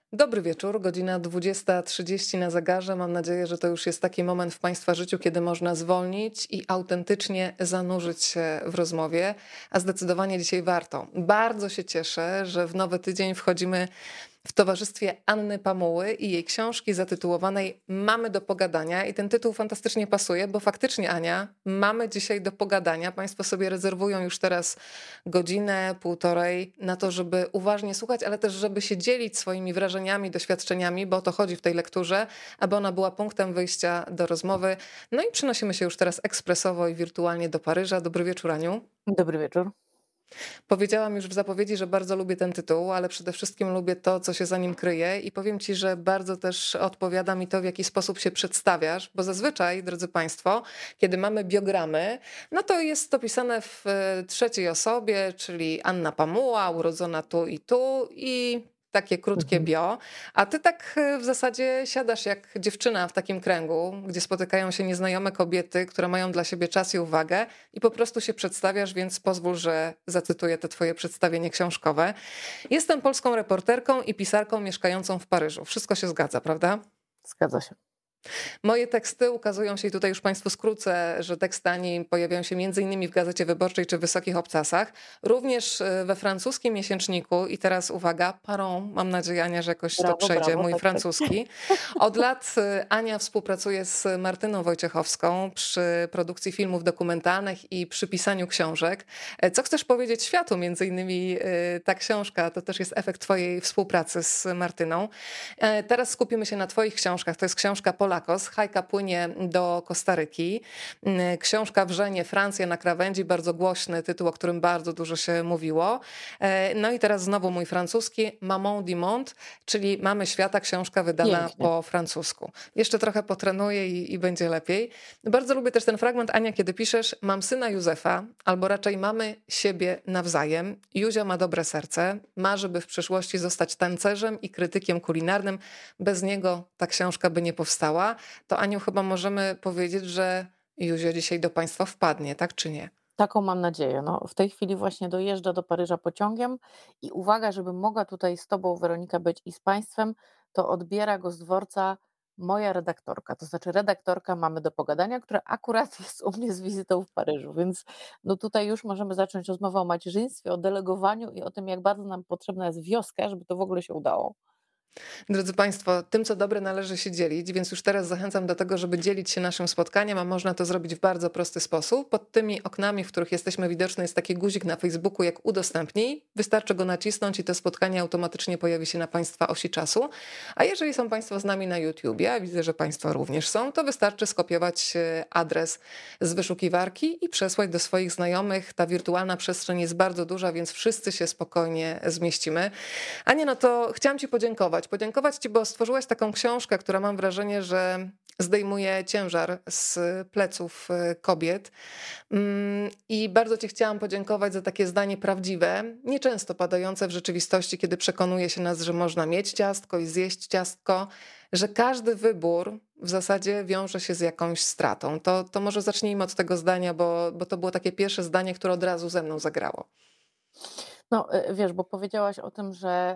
Dobry wieczór, godzina 20:30 na zegarze. Mam nadzieję, że to już jest taki moment w Państwa życiu, kiedy można zwolnić i autentycznie zanurzyć się w rozmowie, a zdecydowanie dzisiaj warto. Bardzo się cieszę, że w nowy tydzień wchodzimy w towarzystwie Anny Pamuły i jej książki zatytułowanej Mamy do pogadania. I ten tytuł fantastycznie pasuje, bo faktycznie, Ania, mamy dzisiaj do pogadania. Państwo sobie rezerwują już teraz godzinę, półtorej na to, żeby uważnie słuchać, ale też żeby się dzielić swoimi wrażeniami, doświadczeniami, bo o to chodzi w tej lekturze, aby ona była punktem wyjścia do rozmowy. No i przenosimy się już teraz ekspresowo i wirtualnie do Paryża. Dobry wieczór, Aniu. Dobry wieczór. Powiedziałam już w zapowiedzi, że bardzo lubię ten tytuł, ale przede wszystkim lubię to, co się za nim kryje i powiem ci, że bardzo też odpowiada mi to, w jaki sposób się przedstawiasz, bo zazwyczaj, drodzy Państwo, kiedy mamy biogramy, no to jest to pisane w trzeciej osobie, czyli Anna Pamuła, urodzona tu i takie krótkie Mhm. bio, a ty tak w zasadzie siadasz jak dziewczyna w takim kręgu, gdzie spotykają się nieznajome kobiety, które mają dla siebie czas i uwagę i po prostu się przedstawiasz, więc pozwól, że zacytuję to twoje przedstawienie książkowe. Jestem polską reporterką i pisarką mieszkającą w Paryżu. Wszystko się zgadza, prawda? Zgadza się. Moje teksty ukazują się i tutaj już Państwu skrócę, że teksty Ani pojawiają się m.in. w Gazecie Wyborczej czy Wysokich Obcasach, również we francuskim miesięczniku i teraz uwaga, Paron, mam nadzieję, Ania, że jakoś to Brawo, przejdzie, brawo, mój tak, tak. francuski. Od lat Ania współpracuje z Martyną Wojciechowską przy produkcji filmów dokumentalnych i przy pisaniu książek. Co chcesz powiedzieć światu? Między innymi ta książka to też jest efekt twojej współpracy z Martyną. Teraz skupimy się na twoich książkach. To jest książka Polakos. Hajka płynie do Kostaryki. Książka Wrzenie, Francja na krawędzi. Bardzo głośny tytuł, o którym bardzo dużo się mówiło. No i teraz znowu mój francuski. Maman du monde, czyli Mamy Świata. Książka wydana Pięknie. po francusku. Jeszcze trochę potrenuję i będzie lepiej. Bardzo lubię też ten fragment, Ania, kiedy piszesz: mam syna Józefa, albo raczej mamy siebie nawzajem. Józia ma dobre serce. Marzy, by w przyszłości zostać tancerzem i krytykiem kulinarnym. Bez niego ta książka by nie powstała. To, Aniu, chyba możemy powiedzieć, że Józio dzisiaj do Państwa wpadnie, tak czy nie? Taką mam nadzieję. No, w tej chwili właśnie dojeżdża do Paryża pociągiem i uwaga, żebym mogła tutaj z tobą, Weronika, być i z państwem, to odbiera go z dworca moja redaktorka, to znaczy redaktorka Mamy do pogadania, która akurat jest u mnie z wizytą w Paryżu, więc no tutaj już możemy zacząć rozmowę o macierzyństwie, o delegowaniu i o tym, jak bardzo nam potrzebna jest wioska, żeby to w ogóle się udało. Drodzy Państwo, tym co dobre należy się dzielić, więc już teraz zachęcam do tego, żeby dzielić się naszym spotkaniem, a można to zrobić w bardzo prosty sposób. Pod tymi oknami, w których jesteśmy widoczni, jest taki guzik na Facebooku jak udostępnij. Wystarczy go nacisnąć i to spotkanie automatycznie pojawi się na Państwa osi czasu. A jeżeli są Państwo z nami na YouTubie, a widzę, że Państwo również są, to wystarczy skopiować adres z wyszukiwarki i przesłać do swoich znajomych. Ta wirtualna przestrzeń jest bardzo duża, więc wszyscy się spokojnie zmieścimy. Ania, no to chciałam Ci podziękować. Podziękować Ci, bo stworzyłaś taką książkę, która mam wrażenie, że zdejmuje ciężar z pleców kobiet. I bardzo Ci chciałam podziękować za takie zdanie prawdziwe, nieczęsto padające w rzeczywistości, kiedy przekonuje się nas, że można mieć ciastko i zjeść ciastko, że każdy wybór w zasadzie wiąże się z jakąś stratą. To może zacznijmy od tego zdania, bo to było takie pierwsze zdanie, które od razu ze mną zagrało. No, wiesz, bo powiedziałaś o tym,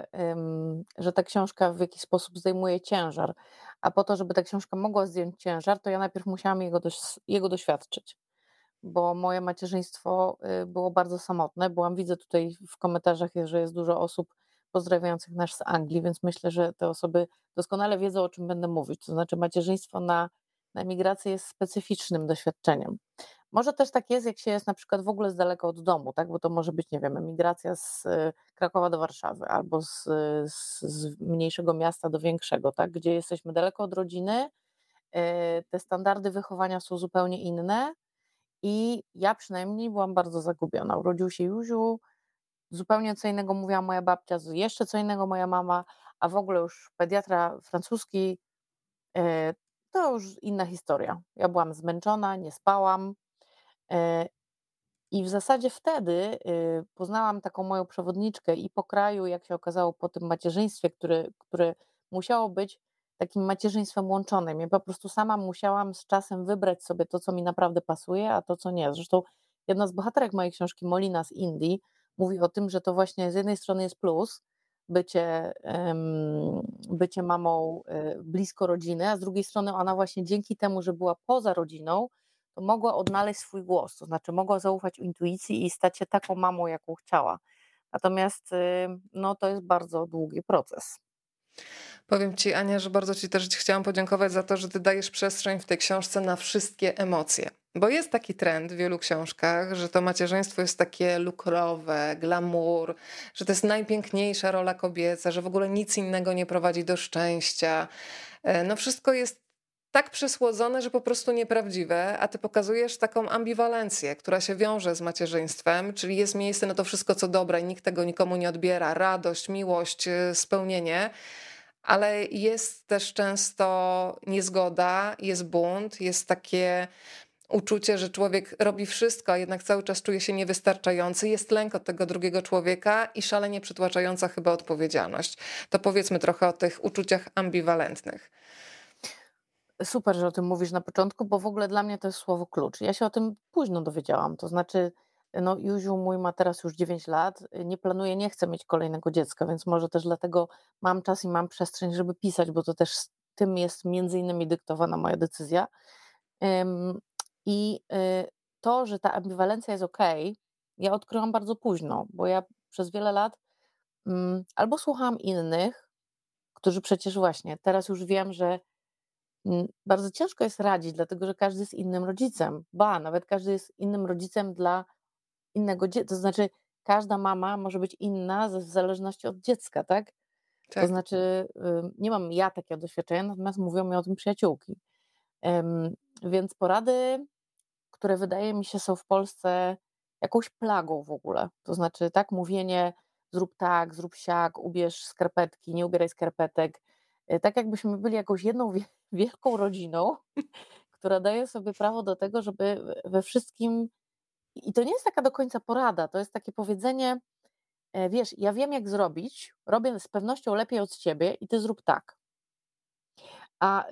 że ta książka w jakiś sposób zdejmuje ciężar, a po to, żeby ta książka mogła zdjąć ciężar, to ja najpierw musiałam jego doświadczyć, bo moje macierzyństwo było bardzo samotne. Widzę tutaj w komentarzach, że jest dużo osób pozdrawiających nas z Anglii, więc myślę, że te osoby doskonale wiedzą, o czym będę mówić. To znaczy macierzyństwo na emigracji jest specyficznym doświadczeniem. Może też tak jest, jak się jest na przykład w ogóle z daleka od domu, tak? Bo to może być, nie wiem, emigracja z Krakowa do Warszawy albo z mniejszego miasta do większego, tak? Gdzie jesteśmy daleko od rodziny, te standardy wychowania są zupełnie inne i ja przynajmniej byłam bardzo zagubiona. Urodził się Józiu, zupełnie co innego mówiła moja babcia, jeszcze co innego moja mama, a w ogóle już pediatra francuski, e, to już inna historia. Ja byłam zmęczona, nie spałam, e, i w zasadzie wtedy poznałam taką moją przewodniczkę i po kraju, jak się okazało, po tym macierzyństwie, które musiało być takim macierzyństwem łączonym. Ja po prostu sama musiałam z czasem wybrać sobie to, co mi naprawdę pasuje, a to, co nie. Zresztą jedna z bohaterek mojej książki, Molina z Indii, mówi o tym, że to właśnie z jednej strony jest plus, bycie mamą blisko rodziny, a z drugiej strony ona właśnie dzięki temu, że była poza rodziną, to mogła odnaleźć swój głos, to znaczy mogła zaufać intuicji i stać się taką mamą, jaką chciała. Natomiast no, to jest bardzo długi proces. Powiem ci, Ania, że bardzo ci też chciałam podziękować za to, że ty dajesz przestrzeń w tej książce na wszystkie emocje. Bo jest taki trend w wielu książkach, że to macierzyństwo jest takie lukrowe, glamour, że to jest najpiękniejsza rola kobieca, że w ogóle nic innego nie prowadzi do szczęścia. No wszystko jest tak przesłodzone, że po prostu nieprawdziwe, a ty pokazujesz taką ambiwalencję, która się wiąże z macierzyństwem, czyli jest miejsce na to wszystko, co dobre i nikt tego nikomu nie odbiera, radość, miłość, spełnienie, ale jest też często niezgoda, jest bunt, jest takie uczucie, że człowiek robi wszystko, a jednak cały czas czuje się niewystarczający, jest lęk od tego drugiego człowieka i szalenie przytłaczająca chyba odpowiedzialność. To powiedzmy trochę o tych uczuciach ambiwalentnych. Super, że o tym mówisz na początku, bo w ogóle dla mnie to jest słowo klucz. Ja się o tym późno dowiedziałam. To znaczy, no Józiu mój ma teraz już 9 lat, nie planuje, nie chce mieć kolejnego dziecka, więc może też dlatego mam czas i mam przestrzeń, żeby pisać, bo to też z tym jest między innymi dyktowana moja decyzja. I to, że ta ambiwalencja jest okej, ja odkryłam bardzo późno, bo ja przez wiele lat albo słuchałam innych, którzy przecież właśnie teraz już wiem, że bardzo ciężko jest radzić, dlatego że każdy jest innym rodzicem. Ba, nawet każdy jest innym rodzicem dla innego dziecka. To znaczy, każda mama może być inna w zależności od dziecka, tak? To Tak. znaczy, nie mam ja takiego doświadczenia, natomiast mówią mi o tym przyjaciółki. Więc porady, które wydaje mi się są w Polsce jakąś plagą w ogóle. To znaczy, tak, mówienie zrób tak, zrób siak, ubierz skarpetki, nie ubieraj skarpetek. Tak jakbyśmy byli jakąś jedną wielką rodziną, która daje sobie prawo do tego, żeby we wszystkim. I to nie jest taka do końca porada, to jest takie powiedzenie, wiesz, ja wiem jak zrobić, robię z pewnością lepiej od ciebie i ty zrób tak. A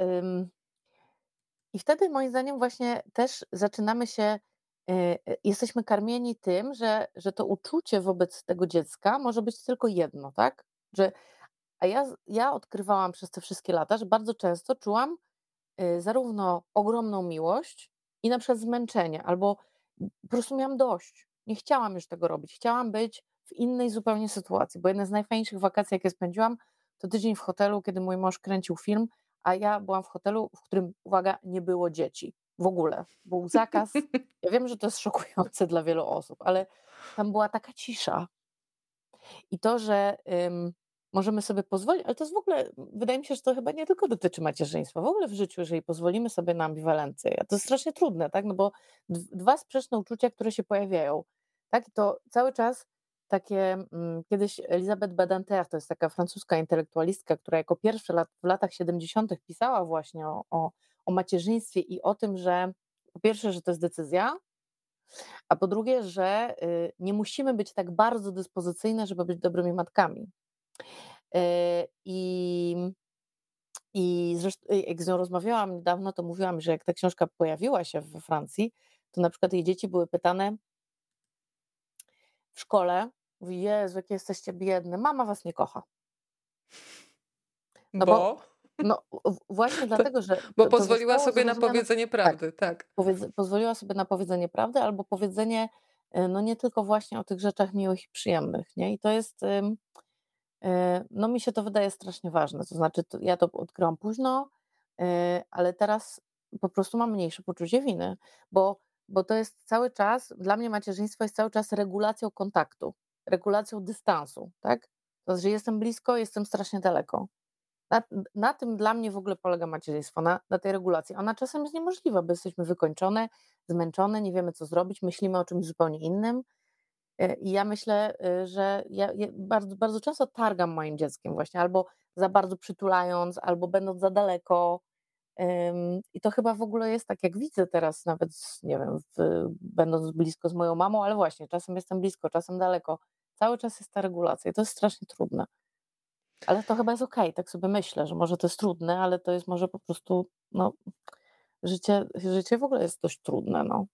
i wtedy moim zdaniem właśnie też zaczynamy się, jesteśmy karmieni tym, że to uczucie wobec tego dziecka może być tylko jedno, tak? Że, ja odkrywałam przez te wszystkie lata, że bardzo często czułam zarówno ogromną miłość i na przykład zmęczenie, albo po prostu miałam dość. Nie chciałam już tego robić. Chciałam być w innej zupełnie sytuacji, bo jedne z najfajniejszych wakacji, jakie spędziłam, to tydzień w hotelu, kiedy mój mąż kręcił film, a ja byłam w hotelu, w którym, uwaga, nie było dzieci. W ogóle. Był zakaz. Ja wiem, że to jest szokujące dla wielu osób, ale tam była taka cisza. I to, że możemy sobie pozwolić, ale to jest w ogóle, wydaje mi się, że to chyba nie tylko dotyczy macierzyństwa, w ogóle w życiu, jeżeli pozwolimy sobie na ambiwalencję, a to jest strasznie trudne, tak, no bo dwa sprzeczne uczucia, które się pojawiają, tak, i to cały czas takie, kiedyś Elisabeth Badinter, to jest taka francuska intelektualistka, która jako pierwsza w latach 70. pisała właśnie o macierzyństwie i o tym, że po pierwsze, że to jest decyzja, a po drugie, że nie musimy być tak bardzo dyspozycyjne, żeby być dobrymi matkami. I, I zresztą, jak z nią rozmawiałam niedawno, to mówiłam, że jak ta książka pojawiła się we Francji, to na przykład jej dzieci były pytane w szkole, mówi, Jezu, jakie jesteście biedne, mama was nie kocha. No bo Bo? no, właśnie dlatego, że Bo to pozwoliła zostało sobie na zrozumiane, powiedzenie tak, prawdy, tak. pozwoliła sobie na powiedzenie prawdy albo powiedzenie, no nie tylko właśnie o tych rzeczach miłych i przyjemnych, nie? I to jest, no mi się to wydaje strasznie ważne, to znaczy ja to odkryłam późno, ale teraz po prostu mam mniejsze poczucie winy, bo to jest cały czas, dla mnie macierzyństwo jest cały czas regulacją kontaktu, regulacją dystansu, tak? To znaczy jestem blisko, jestem strasznie daleko. Na, na tym dla mnie w ogóle polega macierzyństwo, na tej regulacji. Ona czasem jest niemożliwa, bo jesteśmy wykończone, zmęczone, nie wiemy co zrobić, myślimy o czymś zupełnie innym. I ja myślę, że ja bardzo, bardzo często targam moim dzieckiem właśnie, albo za bardzo przytulając, albo będąc za daleko. I to chyba w ogóle jest tak, jak widzę teraz, nawet, nie wiem, będąc blisko z moją mamą, ale właśnie, czasem jestem blisko, czasem daleko. Cały czas jest ta regulacja i to jest strasznie trudne. Ale to chyba jest okej, tak sobie myślę, że może to jest trudne, ale to jest może po prostu, no, życie w ogóle jest dość trudne, no.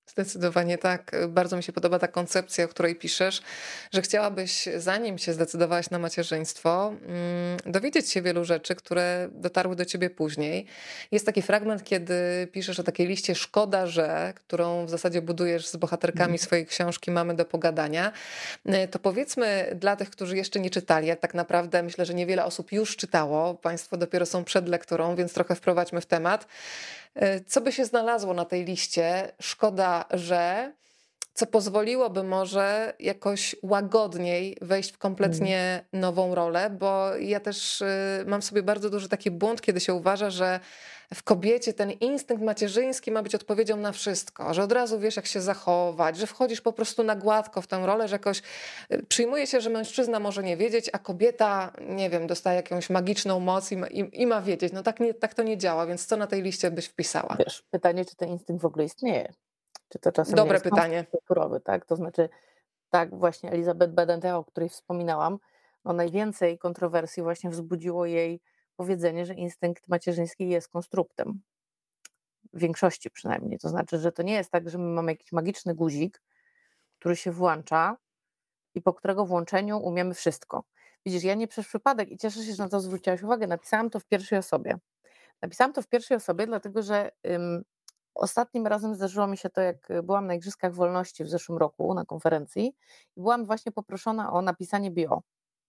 Zdecydowanie tak. Bardzo mi się podoba ta koncepcja, o której piszesz, że chciałabyś, zanim się zdecydowałaś na macierzyństwo, dowiedzieć się wielu rzeczy, które dotarły do ciebie później. Jest taki fragment, kiedy piszesz o takiej liście szkoda, że, którą w zasadzie budujesz z bohaterkami Mhm. swojej książki Mamy do pogadania. To powiedzmy dla tych, którzy jeszcze nie czytali, a tak naprawdę myślę, że niewiele osób już czytało, państwo dopiero są przed lekturą, więc trochę wprowadźmy w temat. Co by się znalazło na tej liście? Szkoda, że co pozwoliłoby może jakoś łagodniej wejść w Mhm. kompletnie nową rolę, bo ja też mam w sobie bardzo duży taki bunt, kiedy się uważa, że w kobiecie ten instynkt macierzyński ma być odpowiedzią na wszystko, że od razu wiesz, jak się zachować, że wchodzisz po prostu na gładko w tę rolę, że jakoś przyjmuje się, że mężczyzna może nie wiedzieć, a kobieta, nie wiem, dostaje jakąś magiczną moc i ma wiedzieć. No tak, nie, tak to nie działa, więc co na tej liście byś wpisała? Wiesz, pytanie, czy ten instynkt w ogóle istnieje? Czy to czasem nie Dobre jest pytanie. konstrukt kulturowy, tak? To znaczy, tak, właśnie Elizabeth Badentech, o której wspominałam, no najwięcej kontrowersji właśnie wzbudziło jej powiedzenie, że instynkt macierzyński jest konstruktem. W większości przynajmniej. To znaczy, że to nie jest tak, że my mamy jakiś magiczny guzik, który się włącza i po którego włączeniu umiemy wszystko. Widzisz, ja nie przez przypadek i cieszę się, że na to zwróciłaś uwagę, napisałam to w pierwszej osobie. Napisałam to w pierwszej osobie, dlatego że ostatnim razem zdarzyło mi się to, jak byłam na Igrzyskach Wolności w zeszłym roku na konferencji i byłam właśnie poproszona o napisanie bio.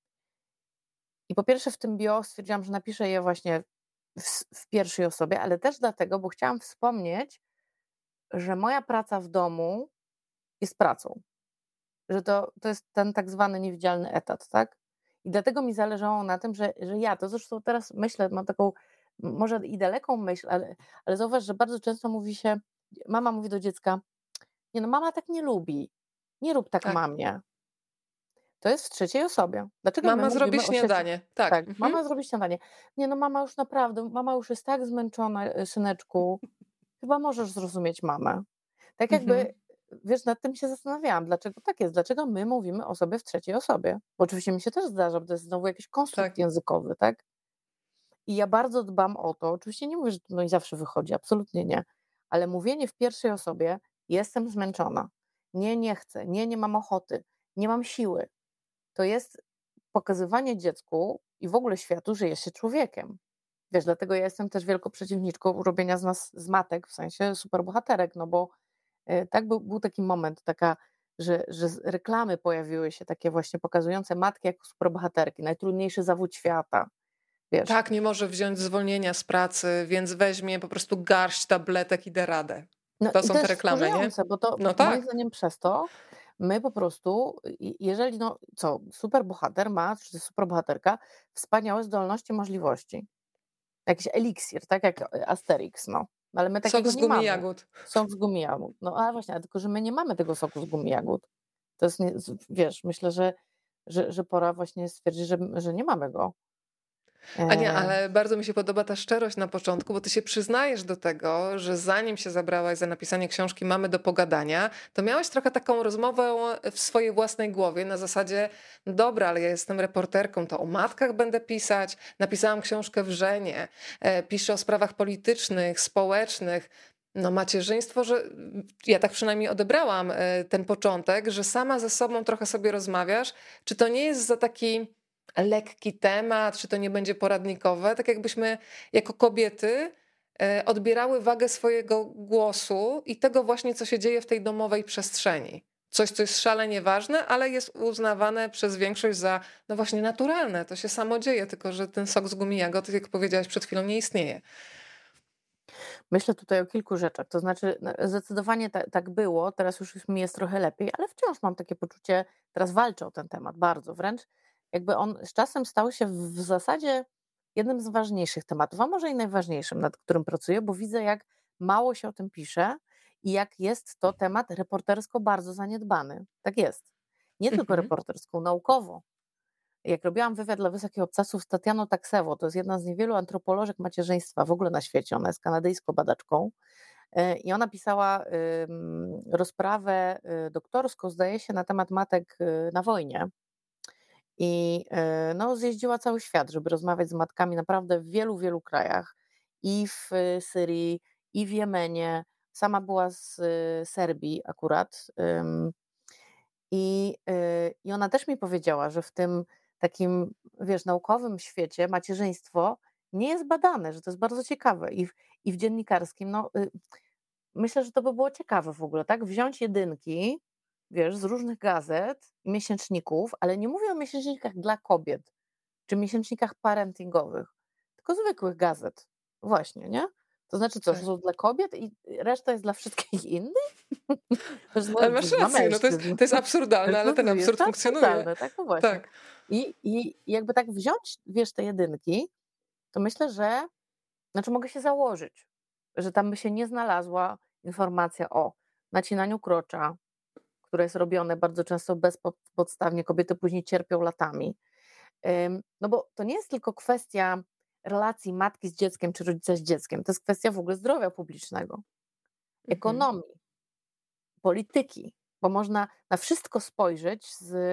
I po pierwsze w tym bio stwierdziłam, że napiszę je właśnie w pierwszej osobie, ale też dlatego, bo chciałam wspomnieć, że moja praca w domu jest pracą, że to jest ten tak zwany niewidzialny etat, tak? I dlatego mi zależało na tym, że ja, to zresztą teraz myślę, mam taką może i daleką myśl, ale zauważ, że bardzo często mówi się, mama mówi do dziecka, nie no, mama tak nie lubi, nie rób tak Tak. mamie. To jest w trzeciej osobie. Dlaczego my Mama zrobi mówimy o sieci? śniadanie. Tak. Tak, Mhm. mama zrobi śniadanie. Nie no, mama już naprawdę, mama już jest tak zmęczona, syneczku, chyba możesz zrozumieć mamę. Tak jakby, Mhm. wiesz, nad tym się zastanawiałam, dlaczego tak jest, dlaczego my mówimy o sobie w trzeciej osobie. Bo oczywiście mi się też zdarza, bo to jest znowu jakiś konstrukt Tak. językowy, tak? I ja bardzo dbam o to, oczywiście nie mówię, że to no i zawsze wychodzi, absolutnie nie, ale mówienie w pierwszej osobie, jestem zmęczona, nie, nie chcę, nie, nie mam ochoty, nie mam siły, to jest pokazywanie dziecku i w ogóle światu, że jest się człowiekiem. Wiesz, dlatego ja jestem też wielką przeciwniczką robienia z nas, z matek, w sensie superbohaterek, no bo tak był taki moment, że reklamy pojawiły się takie właśnie pokazujące matki jako superbohaterki, najtrudniejszy zawód świata, wiesz. Tak, nie może wziąć zwolnienia z pracy, więc weźmie po prostu garść tabletek i da radę. No To i są to te jest reklamy, nie? wkurzające, bo to No moim tak. zdaniem przez to my po prostu, jeżeli no co, superbohater ma, czy superbohaterka, wspaniałe zdolności, możliwości. Jakiś eliksir, tak jak Asterix, no. Ale my Sok takiego z nie gumi mamy. jagód. Sok z gumi jagód. No ale właśnie, ale tylko że my nie mamy tego soku z gumi jagód. To jest, nie, wiesz, myślę, że pora właśnie stwierdzić, że nie mamy go. A nie, E, ale bardzo mi się podoba ta szczerość na początku, bo ty się przyznajesz do tego, że zanim się zabrałaś za napisanie książki Mamy do pogadania, to miałaś trochę taką rozmowę w swojej własnej głowie na zasadzie, no dobra, ale ja jestem reporterką, to o matkach będę pisać, napisałam książkę w Żenie, piszę o sprawach politycznych, społecznych. No macierzyństwo, że ja tak przynajmniej odebrałam ten początek, że sama ze sobą trochę sobie rozmawiasz, czy to nie jest za taki lekki temat, czy to nie będzie poradnikowe, tak jakbyśmy jako kobiety odbierały wagę swojego głosu i tego właśnie, co się dzieje w tej domowej przestrzeni. Coś, co jest szalenie ważne, ale jest uznawane przez większość za, no właśnie, naturalne. To się samo dzieje, tylko że ten sok z gumi jagód, jak powiedziałaś przed chwilą, nie istnieje. Myślę tutaj o kilku rzeczach. To znaczy, no, zdecydowanie tak było, teraz już mi jest trochę lepiej, ale wciąż mam takie poczucie, teraz walczę o ten temat bardzo, wręcz jakby on z czasem stał się w zasadzie jednym z ważniejszych tematów, a może i najważniejszym, nad którym pracuję, bo widzę, jak mało się o tym pisze i jak jest to temat reportersko bardzo zaniedbany. Tak jest. Nie tylko Mhm. reportersko, naukowo. Jak robiłam wywiad dla Wysokich Obcasów z Tatianą Taksewo, to jest jedna z niewielu antropolożek macierzyństwa w ogóle na świecie, ona jest kanadyjską badaczką i ona pisała rozprawę doktorską, zdaje się, na temat matek na wojnie. I no, zjeździła cały świat, żeby rozmawiać z matkami naprawdę w wielu, wielu krajach. I w Syrii, i w Jemenie, sama była z Serbii akurat. I ona też mi powiedziała, że w tym takim, wiesz, naukowym świecie macierzyństwo nie jest badane, że to jest bardzo ciekawe i w dziennikarskim, myślę, że to by było ciekawe w ogóle, tak? Wziąć jedynki, wiesz, z różnych gazet i miesięczników, ale nie mówię o miesięcznikach dla kobiet, czy miesięcznikach parentingowych, tylko zwykłych gazet. Właśnie, nie? To znaczy co, że Tak. są dla kobiet i reszta jest dla wszystkich innych? Ale masz Dla rację, no to jest, mężczyzn. to jest absurdalne, ale ten Jest absurd to funkcjonuje. absurdalne, tak? No właśnie. Tak. I jakby tak wziąć, wiesz, te jedynki, to myślę, że, znaczy mogę się założyć, że tam by się nie znalazła informacja o nacinaniu krocza, które jest robione bardzo często bezpodstawnie, kobiety później cierpią latami. No bo to nie jest tylko kwestia relacji matki z dzieckiem czy rodzica z dzieckiem, to jest kwestia w ogóle zdrowia publicznego, Mhm. ekonomii, polityki, bo można na wszystko spojrzeć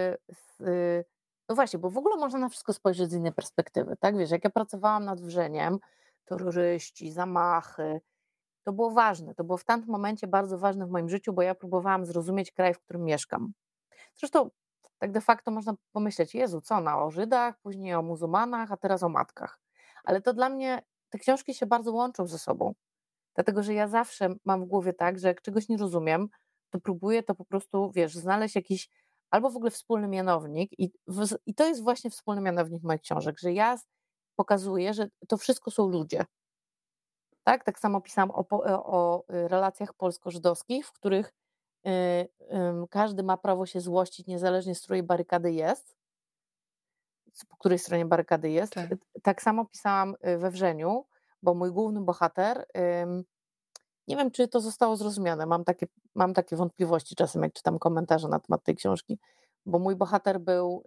no właśnie, bo w ogóle można na wszystko spojrzeć z innej perspektywy, tak? Wiesz, jak ja pracowałam nad Wrzeniem, terroryści, zamachy, to było ważne, to było w tamtym momencie bardzo ważne w moim życiu, bo ja próbowałam zrozumieć kraj, w którym mieszkam. Zresztą tak de facto można pomyśleć, Jezu, co ona o Żydach, później o muzułmanach, a teraz o matkach. Ale to dla mnie, te książki się bardzo łączą ze sobą, dlatego że ja zawsze mam w głowie tak, że jak czegoś nie rozumiem, to próbuję to po prostu, wiesz, znaleźć jakiś albo w ogóle wspólny mianownik i to jest właśnie wspólny mianownik moich książek, że ja pokazuję, że to wszystko są ludzie. Tak samo pisałam o relacjach polsko-żydowskich, w których każdy ma prawo się złościć, niezależnie z której barykady jest, po której stronie barykady jest. Tak. Tak samo pisałam we Wrzeniu, bo mój główny bohater, nie wiem, czy to zostało zrozumiane, mam takie wątpliwości czasem, jak czytam komentarze na temat tej książki, bo mój bohater był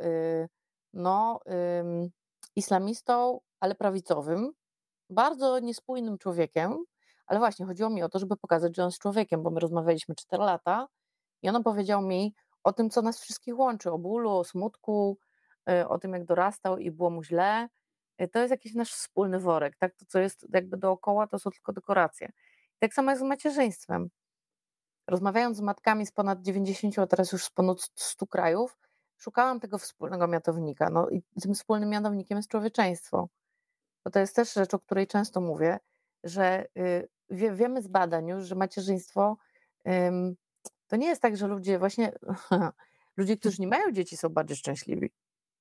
islamistą, ale prawicowym, bardzo niespójnym człowiekiem, ale właśnie chodziło mi o to, żeby pokazać, że on jest człowiekiem, bo my rozmawialiśmy 4 lata i on opowiedział mi o tym, co nas wszystkich łączy, o bólu, o smutku, o tym, jak dorastał i było mu źle. To jest jakiś nasz wspólny worek, tak? To, co jest jakby dookoła, to są tylko dekoracje. Tak samo jest z macierzyństwem. Rozmawiając z matkami z ponad 90, a teraz już z ponad 100 krajów, szukałam tego wspólnego mianownika. No i tym wspólnym mianownikiem jest człowieczeństwo. Bo to jest też rzecz, o której często mówię, że wiemy z badań już, że macierzyństwo to nie jest tak, że ludzie właśnie, ludzie, którzy nie mają dzieci, są bardziej szczęśliwi.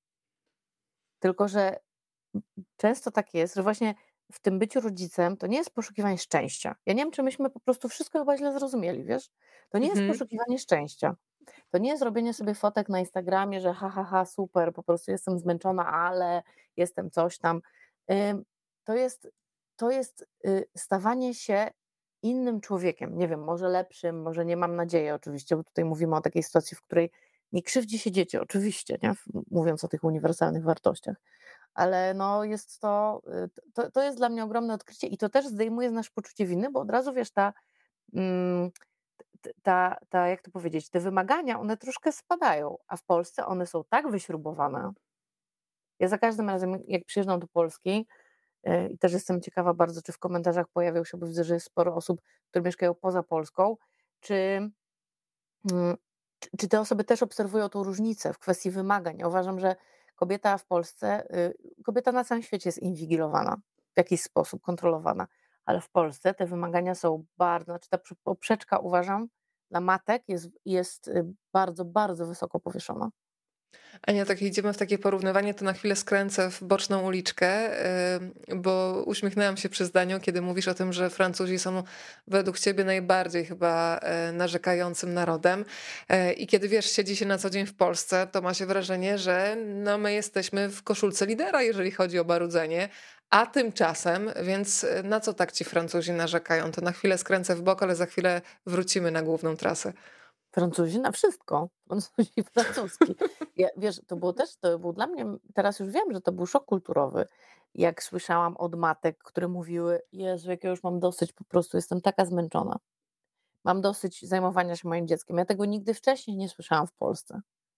Tylko że często tak jest, że właśnie w tym byciu rodzicem to nie jest poszukiwanie szczęścia. Ja nie wiem, czy myśmy po prostu wszystko chyba źle zrozumieli, wiesz? To nie jest Mhm. poszukiwanie szczęścia. To nie jest robienie sobie fotek na Instagramie, że super, po prostu jestem zmęczona, ale jestem coś tam. To jest, to jest stawanie się innym człowiekiem. Nie wiem, może lepszym, może nie mam nadziei oczywiście, bo tutaj mówimy o takiej sytuacji, w której nie krzywdzi się dzieci, oczywiście, nie? Mówiąc o tych uniwersalnych wartościach. Ale no jest to jest dla mnie ogromne odkrycie i to też zdejmuje z nas poczucie winy, bo od razu wiesz, mm, jak to powiedzieć, te wymagania, one troszkę spadają, a w Polsce one są tak wyśrubowane. Ja za każdym razem, jak przyjeżdżam do Polski, i też jestem ciekawa bardzo, czy w komentarzach pojawią się, bo widzę, że jest sporo osób, które mieszkają poza Polską, czy, mm, czy te osoby też obserwują tą różnicę w kwestii wymagań. Ja uważam, że kobieta w Polsce, kobieta na całym świecie jest inwigilowana, w jakiś sposób kontrolowana, ale w Polsce te wymagania są bardzo, znaczy ta poprzeczka, uważam, dla matek jest bardzo, bardzo wysoko powieszona. Ania, tak idziemy w takie porównywanie, to na chwilę skręcę w boczną uliczkę, bo uśmiechnęłam się przy zdaniu, kiedy mówisz o tym, że Francuzi są według ciebie najbardziej chyba narzekającym narodem. I kiedy wiesz, siedzi się na co dzień w Polsce, to ma się wrażenie, że no my jesteśmy w koszulce lidera, jeżeli chodzi o marudzenie. A tymczasem, więc na co tak ci Francuzi narzekają? To na chwilę skręcę w bok, ale za chwilę wrócimy na główną trasę. Francuzi na wszystko. Francuzi francuski. Wiesz, to był dla mnie, teraz już wiem, że to był szok kulturowy, jak słyszałam od matek, które mówiły, Jezu, jak ja już mam dosyć, po prostu jestem taka zmęczona. Mam dosyć zajmowania się moim dzieckiem. Ja tego nigdy wcześniej nie słyszałam w Polsce.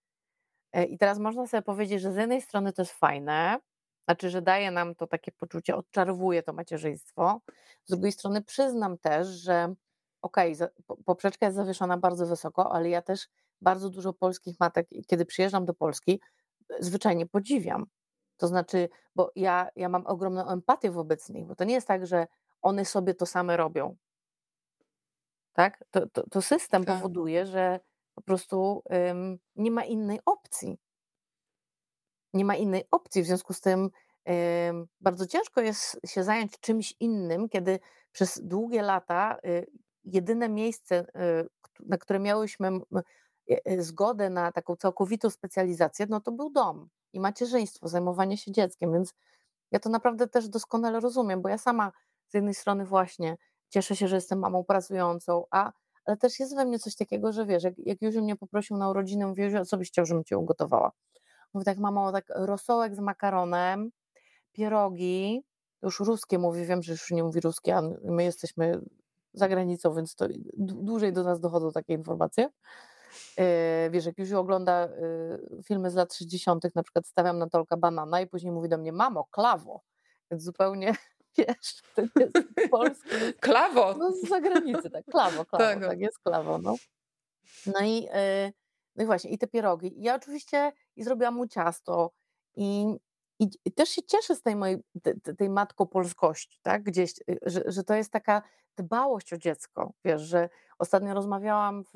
I teraz można sobie powiedzieć, że z jednej strony to jest fajne, znaczy, że daje nam to takie poczucie, odczarowuje to macierzyństwo. Z drugiej strony przyznam też, że okej, poprzeczka jest zawieszona bardzo wysoko, ale ja też bardzo dużo polskich matek, kiedy przyjeżdżam do Polski, zwyczajnie podziwiam. To znaczy, bo ja mam ogromną empatię wobec nich, bo to nie jest tak, że one sobie to same robią, tak? To system Tak. powoduje, że po prostu nie ma innej opcji. Nie ma innej opcji, w związku z tym bardzo ciężko jest się zająć czymś innym, kiedy przez długie lata jedyne miejsce, na które miałyśmy zgodę na taką całkowitą specjalizację, no to był dom i macierzyństwo, zajmowanie się dzieckiem, więc ja to naprawdę też doskonale rozumiem, bo ja sama z jednej strony właśnie cieszę się, że jestem mamą pracującą, ale też jest we mnie coś takiego, że wiesz, jak Józiu mnie poprosił na urodziny, mówię, Józiu, co byś chciał, żebym cię ugotowała? Mówi tak, mamo, tak rosołek z makaronem, pierogi, już ruskie mówi, wiem, że już nie mówi ruskie, a my jesteśmy za granicą, więc to dłużej do nas dochodzą takie informacje. Wiesz, jak już ogląda filmy z lat 60., na przykład stawiam na tolka banana i później mówi do mnie, mamo, klawo. Więc zupełnie, wiesz, to jest polski, Klawo! no z zagranicy, tak, klawo, Tak. tak jest klawo, no. No i, no i właśnie, i te pierogi. Ja oczywiście zrobiłam mu ciasto i też się cieszę z tej mojej, tej matko-polskości, tak, gdzieś, że to jest taka dbałość o dziecko, wiesz, że ostatnio rozmawiałam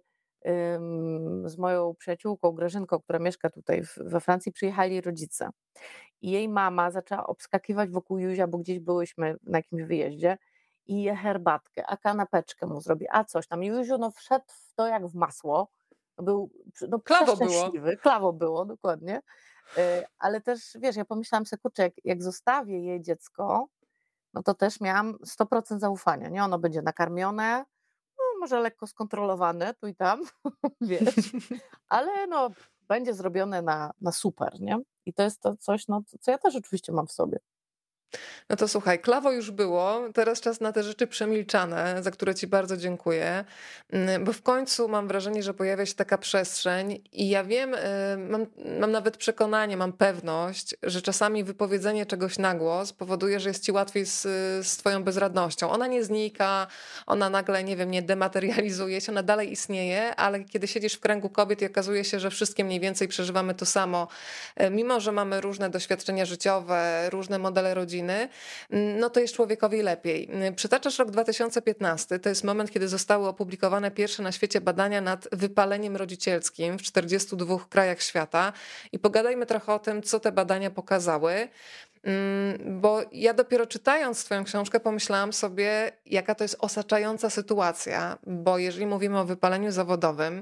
z moją przyjaciółką Grażynką, która mieszka tutaj we Francji, przyjechali rodzice i jej mama zaczęła obskakiwać wokół Józia, bo gdzieś byłyśmy na jakimś wyjeździe i je herbatkę, a kanapeczkę mu zrobi, a coś tam. I Józiu no wszedł w to jak w masło, był no, Klawo było. przeszczęśliwy, klawo było, dokładnie. Ale też, wiesz, ja pomyślałam sobie, kurczę, jak zostawię jej dziecko, no to też miałam 100% zaufania, nie? Ono będzie nakarmione, no może lekko skontrolowane tu i tam, wiesz, ale no będzie zrobione na super, nie? I to jest to coś, no, co ja też oczywiście mam w sobie. No to słuchaj, klawo już było, teraz czas na te rzeczy przemilczane, za które ci bardzo dziękuję, bo w końcu mam wrażenie, że pojawia się taka przestrzeń i ja wiem, mam nawet przekonanie, mam pewność, że czasami wypowiedzenie czegoś na głos powoduje, że jest ci łatwiej z twoją bezradnością. Ona nie znika, ona nagle, nie wiem, nie dematerializuje się, ona dalej istnieje, ale kiedy siedzisz w kręgu kobiet i okazuje się, że wszystkie mniej więcej przeżywamy to samo, mimo że mamy różne doświadczenia życiowe, różne modele rodziny, no to jest człowiekowi lepiej. Przytaczasz rok 2015, to jest moment, kiedy zostały opublikowane pierwsze na świecie badania nad wypaleniem rodzicielskim w 42 krajach świata i pogadajmy trochę o tym, co te badania pokazały. Bo ja dopiero czytając twoją książkę pomyślałam sobie, jaka to jest osaczająca sytuacja, bo jeżeli mówimy o wypaleniu zawodowym,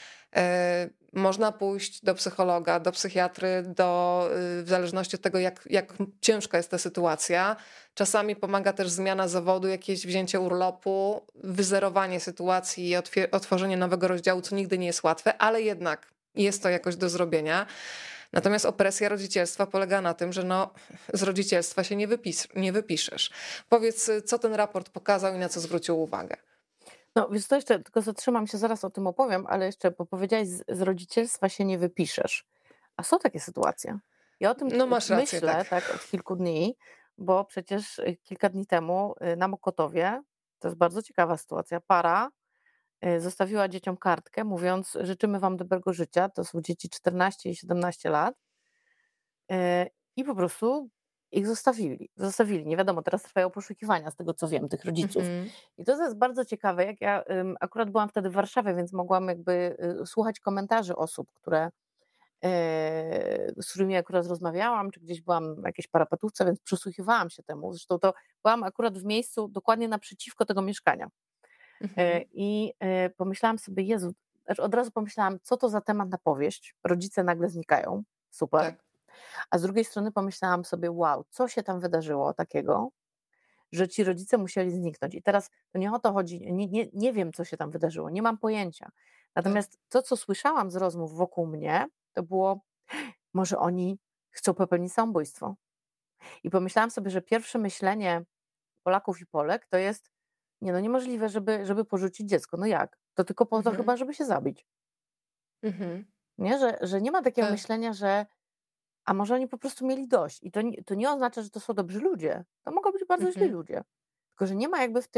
można pójść do psychologa, do psychiatry, w zależności od tego, jak ciężka jest ta sytuacja. Czasami pomaga też zmiana zawodu, jakieś wzięcie urlopu, wyzerowanie sytuacji i otworzenie nowego rozdziału, co nigdy nie jest łatwe, ale jednak jest to jakoś do zrobienia. Natomiast opresja rodzicielstwa polega na tym, że no, z rodzicielstwa się nie wypiszesz. Powiedz, co ten raport pokazał i na co zwrócił uwagę. No więc to jeszcze, tylko zatrzymam się, zaraz o tym opowiem, ale jeszcze, bo powiedziałaś, z rodzicielstwa się nie wypiszesz. A są takie sytuacje. Ja o tym No masz rację, myślę tak. od kilku dni, bo przecież kilka dni temu na Mokotowie, to jest bardzo ciekawa sytuacja, para zostawiła dzieciom kartkę, mówiąc, życzymy wam dobrego życia, to są dzieci 14 i 17 lat i po prostu ich zostawili. Nie wiadomo, teraz trwają poszukiwania, z tego co wiem, tych rodziców. Mhm. I to jest bardzo ciekawe, jak ja akurat byłam wtedy w Warszawie, więc mogłam jakby słuchać komentarzy osób, z którymi akurat rozmawiałam, czy gdzieś byłam na jakiejś parapetówce, więc przysłuchiwałam się temu. Zresztą to byłam akurat w miejscu dokładnie naprzeciwko tego mieszkania. Mhm. I pomyślałam sobie, Jezu, znaczy od razu pomyślałam, co to za temat na powieść, rodzice nagle znikają, super. Tak. A z drugiej strony pomyślałam sobie, wow, co się tam wydarzyło takiego, że ci rodzice musieli zniknąć. I teraz to nie o to chodzi, nie wiem, co się tam wydarzyło, nie mam pojęcia. Natomiast to, co słyszałam z rozmów wokół mnie, to było, może oni chcą popełnić samobójstwo. I pomyślałam sobie, że pierwsze myślenie Polaków i Polek to jest, nie no niemożliwe, żeby porzucić dziecko. No jak? To tylko po to Mhm. chyba, żeby się zabić. Mhm. Nie? Że nie ma takiego Tak. myślenia, że a może oni po prostu mieli dość. I to nie oznacza, że to są dobrzy ludzie. To mogą być bardzo źli Mhm. ludzie. Tylko, że nie ma jakby w tym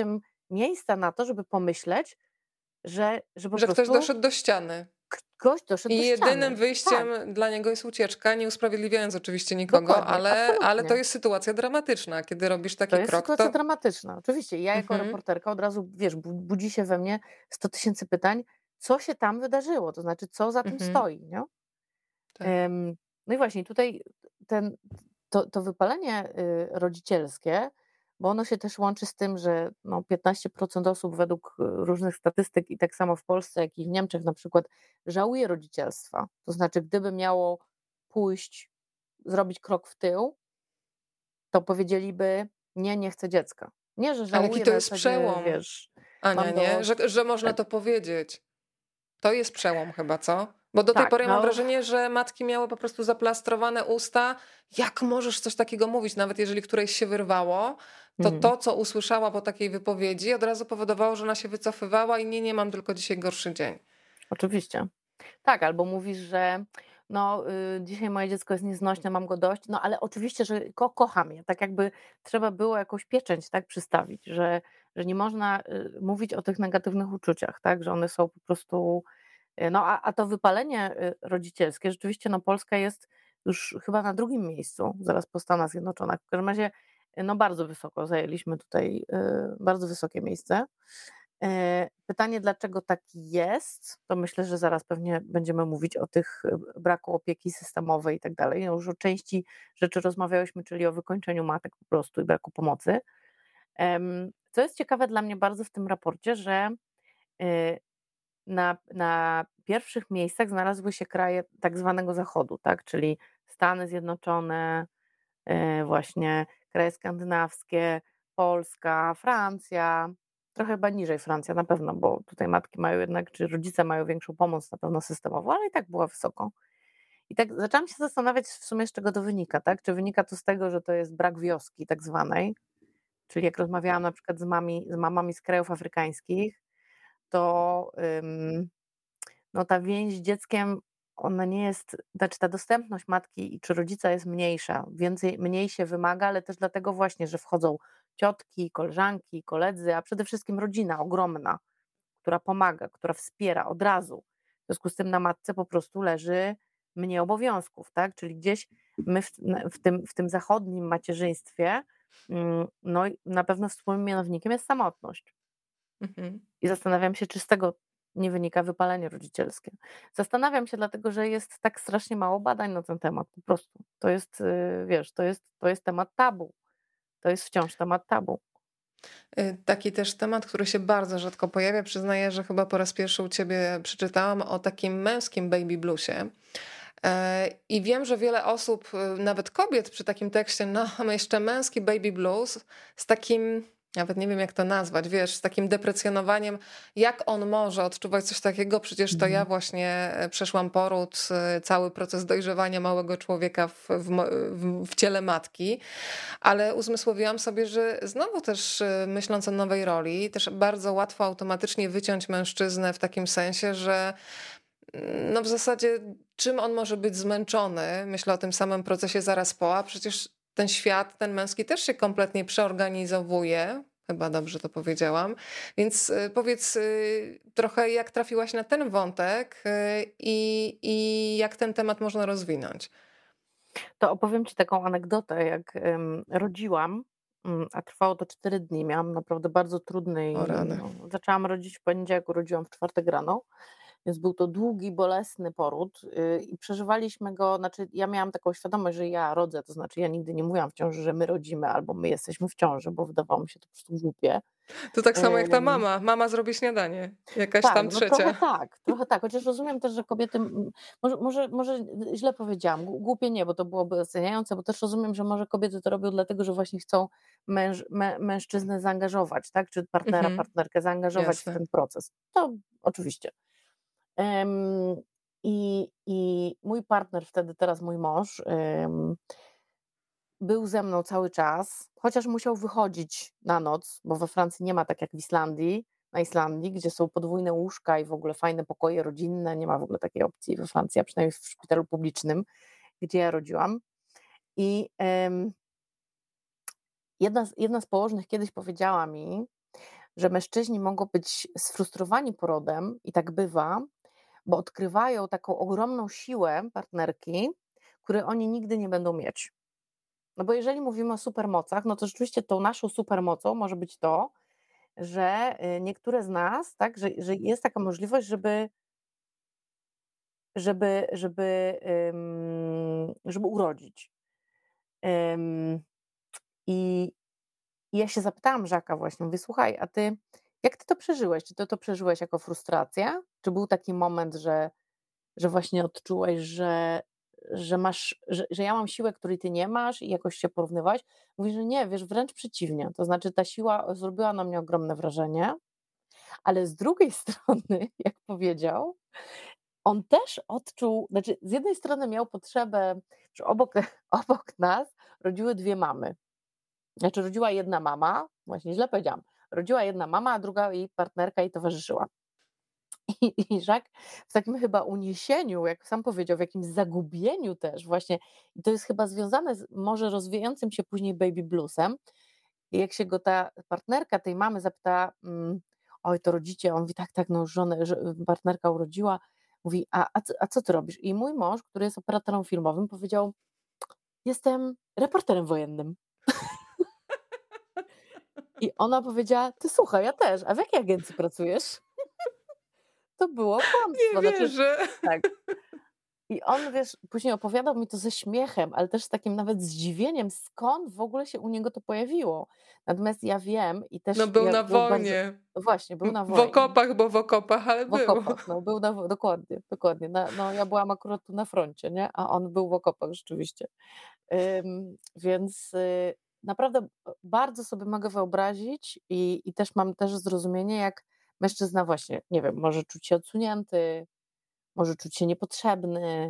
miejsca na to, żeby pomyśleć, że po Że ktoś prostu doszedł do ściany. gość doszedł do I jedynym ściany. wyjściem Tak, dla niego jest ucieczka, nie usprawiedliwiając oczywiście nikogo, dokładnie, ale to absolutnie. jest sytuacja dramatyczna. Kiedy robisz To taki jest krok, sytuacja to dramatyczna. Oczywiście ja jako mhm, reporterka od razu, wiesz, budzi się we mnie 100 000 pytań, co się tam wydarzyło, to znaczy co za tym mhm, stoi, nie? tak. No i właśnie tutaj ten, to wypalenie rodzicielskie, bo ono się też łączy z tym, że no 15% osób według różnych statystyk i tak samo w Polsce, jak i w Niemczech na przykład żałuje rodzicielstwa. To znaczy, gdyby miało pójść, zrobić krok w tył, to powiedzieliby: nie, nie chcę dziecka. Nie, że Ale jaki żałuję to na jest zasadzie, przełom, wiesz, Ania, mam nie? dość. Że można Tak, to powiedzieć. To jest przełom chyba, co? Bo do tej tak, pory ja mam no. wrażenie, że matki miały po prostu zaplastrowane usta. Jak możesz coś takiego mówić, nawet jeżeli któreś się wyrwało, to Mhm. to, co usłyszała po takiej wypowiedzi, od razu powodowało, że ona się wycofywała i nie mam tylko dzisiaj gorszy dzień. Oczywiście. Tak, albo mówisz, że no, dzisiaj moje dziecko jest nieznośne, mam go dość, no ale oczywiście, że kocham je. Tak jakby trzeba było jakąś pieczęć tak przystawić, że nie można mówić o tych negatywnych uczuciach, tak, że one są po prostu, no a to wypalenie rodzicielskie, rzeczywiście no Polska jest już chyba na drugim miejscu, zaraz po Stanach Zjednoczonych. W każdym razie no bardzo wysoko zajęliśmy tutaj, bardzo wysokie miejsce. Pytanie, dlaczego tak jest, to myślę, że zaraz pewnie będziemy mówić o tych braku opieki systemowej i tak dalej. No już o części rzeczy rozmawiałyśmy, czyli o wykończeniu matek po prostu i braku pomocy. Co jest ciekawe dla mnie bardzo w tym raporcie, że na pierwszych miejscach znalazły się kraje tak zwanego Zachodu, tak? Czyli Stany Zjednoczone, właśnie kraje skandynawskie, Polska, Francja, trochę chyba niżej Francja na pewno, bo tutaj matki mają jednak, czy rodzice mają większą pomoc na pewno systemową, ale i tak była wysoko. I tak zaczęłam się zastanawiać w sumie, z czego to wynika, tak? Czy wynika to z tego, że to jest brak wioski tak zwanej, czyli jak rozmawiałam na przykład z mamami z krajów afrykańskich, to no ta więź z dzieckiem, ona nie jest, znaczy ta dostępność matki czy rodzica jest mniejsza, mniej się wymaga, ale też dlatego właśnie, że wchodzą ciotki, koleżanki, koledzy, a przede wszystkim rodzina ogromna, która pomaga, która wspiera od razu. W związku z tym na matce po prostu leży mniej obowiązków, tak? Czyli gdzieś my w tym zachodnim macierzyństwie, no i na pewno wspólnym mianownikiem jest samotność. Mhm. I zastanawiam się, czy z tego nie wynika wypalenie rodzicielskie. Zastanawiam się dlatego, że jest tak strasznie mało badań na ten temat po prostu. To jest, wiesz, to jest temat tabu. To jest wciąż temat tabu. Taki też temat, który się bardzo rzadko pojawia. Przyznaję, że chyba po raz pierwszy u ciebie przeczytałam o takim męskim baby bluesie. I wiem, że wiele osób, nawet kobiet przy takim tekście, no mamy jeszcze męski baby blues z takim, nawet nie wiem jak to nazwać, wiesz, z takim deprecjonowaniem, jak on może odczuwać coś takiego, przecież to ja Mhm. właśnie przeszłam poród, cały proces dojrzewania małego człowieka w ciele matki, ale uzmysłowiłam sobie, że znowu też myśląc o nowej roli, też bardzo łatwo automatycznie wyciąć mężczyznę w takim sensie, że no w zasadzie czym on może być zmęczony? Myślę o tym samym procesie zaraz po, a przecież ten świat, ten męski też się kompletnie przeorganizowuje. Chyba dobrze to powiedziałam. Więc powiedz trochę, jak trafiłaś na ten wątek i jak ten temat można rozwinąć. To opowiem ci taką anegdotę, jak rodziłam, a trwało to 4 dni. Miałam naprawdę bardzo trudny O i rany. no, zaczęłam rodzić w poniedziałek, urodziłam w czwartek rano. Więc był to długi, bolesny poród i przeżywaliśmy go, znaczy ja miałam taką świadomość, że ja rodzę, to znaczy ja nigdy nie mówiłam w ciąży, że my rodzimy albo my jesteśmy w ciąży, bo wydawało mi się to po prostu głupie. To tak samo jak ta Ym, mama. Mama zrobi śniadanie. Jakaś tak, tam no trochę trzecia. tak, trochę tak, chociaż rozumiem też, że kobiety, może źle powiedziałam, głupie nie, bo to byłoby oceniające, bo też rozumiem, że może kobiety to robią dlatego, że właśnie chcą mężczyznę zaangażować, tak, czy partnera, Mhm, partnerkę zaangażować w jasne. ten proces. To oczywiście. I mój partner wtedy, teraz mój mąż, był ze mną cały czas, chociaż musiał wychodzić na noc, bo we Francji nie ma tak jak w Islandii, na Islandii, gdzie są podwójne łóżka i w ogóle fajne pokoje rodzinne, nie ma w ogóle takiej opcji we Francji, a przynajmniej w szpitalu publicznym, gdzie ja rodziłam. I jedna z położnych kiedyś powiedziała mi, że mężczyźni mogą być sfrustrowani porodem i tak bywa, bo odkrywają taką ogromną siłę partnerki, której oni nigdy nie będą mieć. No bo jeżeli mówimy o supermocach, no to rzeczywiście tą naszą supermocą może być to, że niektóre z nas, tak, że jest taka możliwość, żeby urodzić. I ja się zapytałam Żaka właśnie, mówię, słuchaj, a ty, jak ty to przeżyłeś? Czy ty to przeżyłeś jako frustrację? Czy był taki moment, że właśnie odczułeś, że masz, że ja mam siłę, której ty nie masz i jakoś się porównywałeś? Mówi, że nie, wiesz, wręcz przeciwnie. To znaczy ta siła zrobiła na mnie ogromne wrażenie, ale z drugiej strony, jak powiedział, on też odczuł, znaczy z jednej strony miał potrzebę, że obok nas rodziły dwie mamy. Znaczy rodziła jedna mama, właśnie źle powiedziałam, rodziła jedna mama, a druga jej partnerka jej towarzyszyła. I Jacques w takim chyba uniesieniu, jak sam powiedział, w jakimś zagubieniu też właśnie, i to jest chyba związane z może rozwijającym się później baby bluesem, i jak się go ta partnerka tej mamy zapyta, oj, to rodzicie? On mówi, tak, tak, no żonę, partnerka urodziła, mówi, a co ty robisz? I mój mąż, który jest operatorem filmowym, powiedział, jestem reporterem wojennym. I ona powiedziała, ty słuchaj, ja też, a w jakiej agencji pracujesz? To było Nie kłamstwo. Znaczy, wierzę. tak. I on, wiesz, później opowiadał mi to ze śmiechem, ale też z takim nawet zdziwieniem, skąd w ogóle się u niego to pojawiło. Natomiast ja wiem i No też był na było bardzo, wojnie. właśnie, był na W wojnie, okopach, bo w okopach, ale w był. okopach, no był dokładnie, dokładnie. No ja byłam akurat tu na froncie, nie? A on był w okopach rzeczywiście. Więc naprawdę bardzo sobie mogę wyobrazić i też mam też zrozumienie, jak mężczyzna właśnie, nie wiem, może czuć się odsunięty, może czuć się niepotrzebny.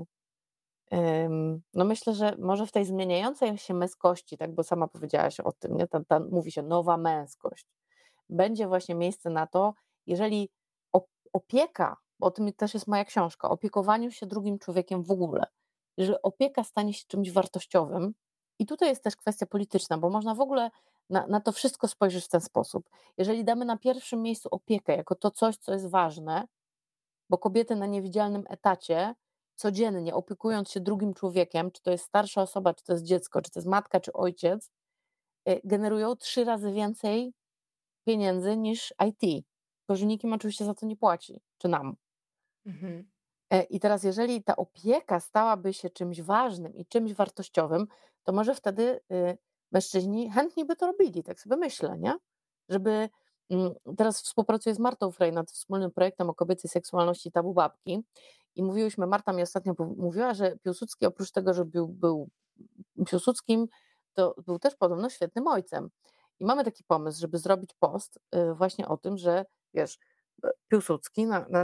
No myślę, że może w tej zmieniającej się męskości, tak, bo sama powiedziałaś o tym, nie? Mówi się nowa męskość. Będzie właśnie miejsce na to, jeżeli opieka, bo o tym też jest moja książka, opiekowaniu się drugim człowiekiem w ogóle, jeżeli opieka stanie się czymś wartościowym, i tutaj jest też kwestia polityczna, bo można w ogóle na to wszystko spojrzeć w ten sposób. Jeżeli damy na pierwszym miejscu opiekę jako to coś, co jest ważne, bo kobiety na niewidzialnym etacie codziennie opiekując się drugim człowiekiem, czy to jest starsza osoba, czy to jest dziecko, czy to jest matka, czy ojciec, generują 3 razy więcej pieniędzy niż IT. Tylko że nikt im oczywiście za to nie płaci, czy nam. Mhm. I teraz jeżeli ta opieka stałaby się czymś ważnym i czymś wartościowym, to może wtedy mężczyźni chętnie by to robili, tak sobie myślę, nie? Żeby teraz współpracuję z Martą Frey nad wspólnym projektem o kobiecej seksualności Tabu Babki i mówiłyśmy, Marta mi ostatnio mówiła, że Piłsudski oprócz tego, że był Piłsudskim, to był też podobno świetnym ojcem. I mamy taki pomysł, żeby zrobić post właśnie o tym, że wiesz, Piłsudski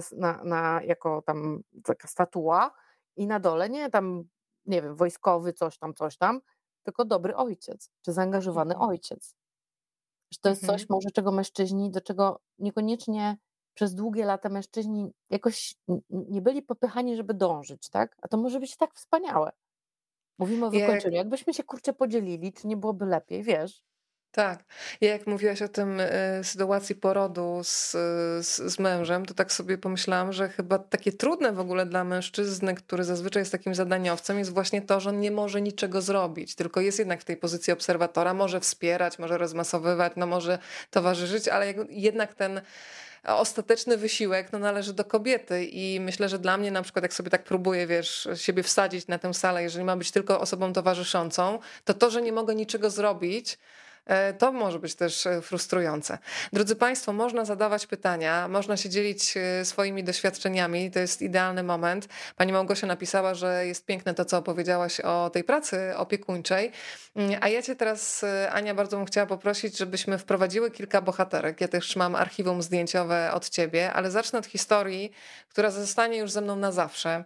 jako tam taka statua i na dole nie tam, nie wiem, wojskowy, coś tam, tylko dobry ojciec, czy zaangażowany Mhm. ojciec. Że to jest coś Mhm. może, czego mężczyźni, do czego niekoniecznie przez długie lata mężczyźni jakoś nie byli popychani, żeby dążyć, tak? A to może być tak wspaniałe. Mówimy o Jak wykończeniu. Jakbyśmy się kurczę podzielili, czy nie byłoby lepiej, wiesz? Tak. Ja jak mówiłaś o tym sytuacji porodu z mężem, to tak sobie pomyślałam, że chyba takie trudne w ogóle dla mężczyzny, który zazwyczaj jest takim zadaniowcem, jest właśnie to, że on nie może niczego zrobić, tylko jest jednak w tej pozycji obserwatora, może wspierać, może rozmasowywać, no może towarzyszyć, ale jednak ten ostateczny wysiłek no, należy do kobiety i myślę, że dla mnie na przykład jak sobie tak próbuję, wiesz, siebie wsadzić na tę salę, jeżeli mam być tylko osobą towarzyszącą, to, że nie mogę niczego zrobić, to może być też frustrujące. Drodzy Państwo, można zadawać pytania, można się dzielić swoimi doświadczeniami, to jest idealny moment. Pani Małgosia napisała, że jest piękne to, co opowiedziałaś o tej pracy opiekuńczej, a ja Cię teraz, Ania, bardzo bym chciała poprosić, żebyśmy wprowadziły kilka bohaterek. Ja też mam archiwum zdjęciowe od Ciebie, ale zacznę od historii, która zostanie już ze mną na zawsze,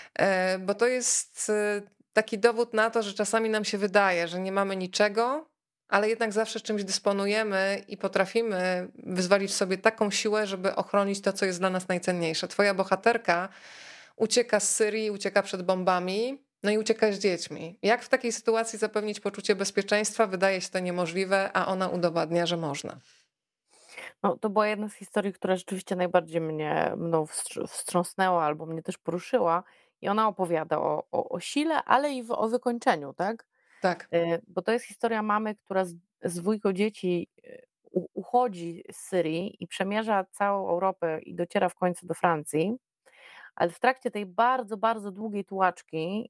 bo to jest taki dowód na to, że czasami nam się wydaje, że nie mamy niczego, ale jednak zawsze czymś dysponujemy i potrafimy wyzwolić w sobie taką siłę, żeby ochronić to, co jest dla nas najcenniejsze. Twoja bohaterka ucieka z Syrii, ucieka przed bombami, no i ucieka z dziećmi. Jak w takiej sytuacji zapewnić poczucie bezpieczeństwa? Wydaje się to niemożliwe, a ona udowadnia, że można. No, to była jedna z historii, która rzeczywiście najbardziej mną wstrząsnęła albo mnie też poruszyła i ona opowiada o sile, ale i o wykończeniu, tak? Tak, Bo to jest historia mamy, która z dwójką dzieci uchodzi z Syrii i przemierza całą Europę i dociera w końcu do Francji, ale w trakcie tej bardzo, bardzo długiej tułaczki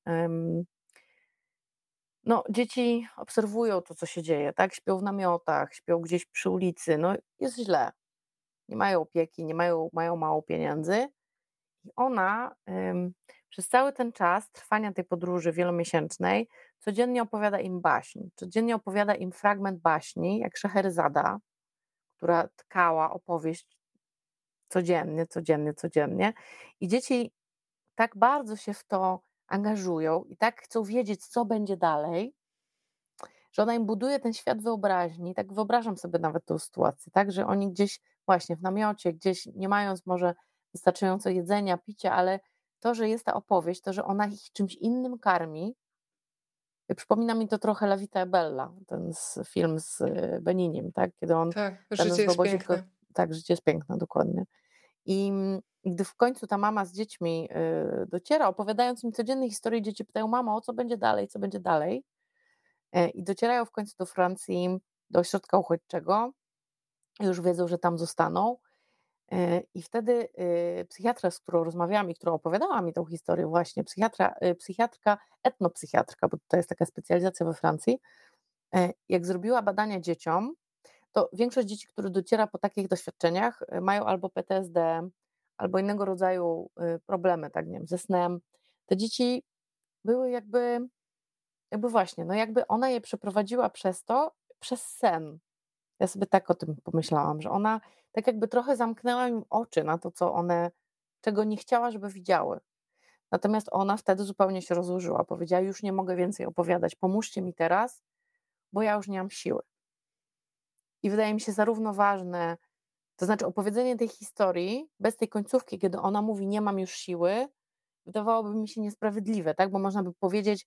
no, dzieci obserwują to, co się dzieje, tak? Śpią w namiotach, śpią gdzieś przy ulicy, no jest źle. Nie mają opieki, nie mają mało pieniędzy. I ona przez cały ten czas trwania tej podróży wielomiesięcznej codziennie opowiada im baśń. Codziennie opowiada im fragment baśni, jak Szeheryzada, która tkała opowieść codziennie, codziennie, codziennie. I dzieci tak bardzo się w to angażują i tak chcą wiedzieć, co będzie dalej, że ona im buduje ten świat wyobraźni. Tak wyobrażam sobie nawet tę sytuację, tak, że oni gdzieś właśnie w namiocie, gdzieś nie mając może wystarczająco jedzenia, picia, ale to, że jest ta opowieść, to, że ona ich czymś innym karmi, przypomina mi to trochę La Vita e Bella, film z Beniniem, tak, kiedy on tak, ten życie z jest Boboziego, piękne. tak, życie jest piękne, dokładnie. I gdy w końcu ta mama z dziećmi dociera, opowiadając im codzienne historie, dzieci pytają: mamo, co będzie dalej, co będzie dalej? I docierają w końcu do Francji, do ośrodka uchodźczego, już wiedzą, że tam zostaną. I wtedy psychiatra, z którą rozmawiałam i która opowiadała mi tą historię właśnie, psychiatrka, etnopsychiatrka, bo to jest taka specjalizacja we Francji, jak zrobiła badania dzieciom, to większość dzieci, które dociera po takich doświadczeniach, mają albo PTSD, albo innego rodzaju problemy, tak, nie wiem, ze snem. Te dzieci były jakby właśnie, no jakby ona je przeprowadziła przez to, przez sen. Ja sobie tak o tym pomyślałam, że ona tak jakby trochę zamknęła im oczy na to, czego nie chciała, żeby widziały. Natomiast ona wtedy zupełnie się rozłożyła. Powiedziała: już nie mogę więcej opowiadać, pomóżcie mi teraz, bo ja już nie mam siły. I wydaje mi się zarówno ważne, to znaczy opowiedzenie tej historii bez tej końcówki, kiedy ona mówi: nie mam już siły, wydawałoby mi się niesprawiedliwe, tak? Bo można by powiedzieć: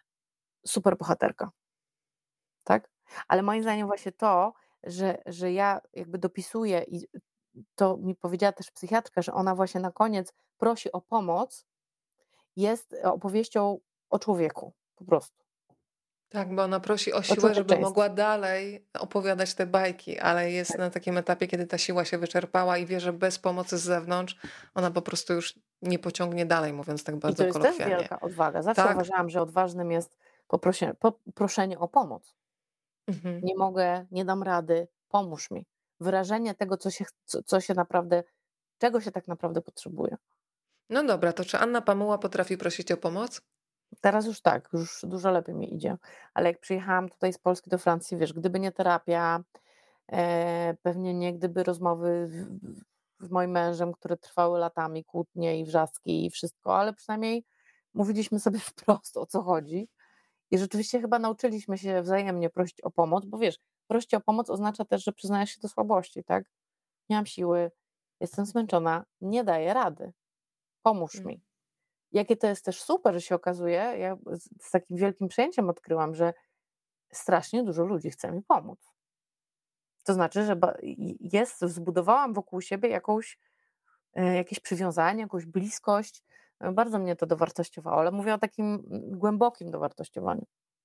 super bohaterka. Tak? Ale moim zdaniem właśnie to, że ja jakby dopisuję i to mi powiedziała też psychiatrka, że ona właśnie na koniec prosi o pomoc, jest opowieścią o człowieku, po prostu, Tak, bo ona prosi o o siłę, żeby człowieczeństwie. mogła dalej opowiadać te bajki, ale jest Tak. na takim etapie, kiedy ta siła się wyczerpała i wie, że bez pomocy z zewnątrz ona po prostu już nie pociągnie dalej, mówiąc tak I to bardzo jest też kolokwialnie. wielka odwaga. Zawsze Tak. uważałam, że odważnym jest proszenie o pomoc. Mhm. Nie mogę, nie dam rady, pomóż mi. Wyrażenie tego, co się naprawdę, czego się tak naprawdę potrzebuje. No dobra, to czy Anna Pamuła potrafi prosić o pomoc? Teraz już tak, już dużo lepiej mi idzie, ale jak przyjechałam tutaj z Polski do Francji, wiesz, gdyby nie terapia, pewnie nie gdyby rozmowy z moim mężem, które trwały latami, kłótnie i wrzaski i wszystko, ale przynajmniej mówiliśmy sobie wprost, o co chodzi i rzeczywiście chyba nauczyliśmy się wzajemnie prosić o pomoc, bo wiesz, prosić o pomoc oznacza też, że przyznajesz się do słabości, tak? Nie mam siły, jestem zmęczona, nie daję rady, pomóż Mm. mi. Jakie to jest też super, że się okazuje, ja z takim wielkim przejęciem odkryłam, że strasznie dużo ludzi chce mi pomóc. To znaczy, że zbudowałam wokół siebie jakieś przywiązanie, jakąś bliskość. Bardzo mnie to dowartościowało, ale mówię o takim głębokim dowartościowaniu.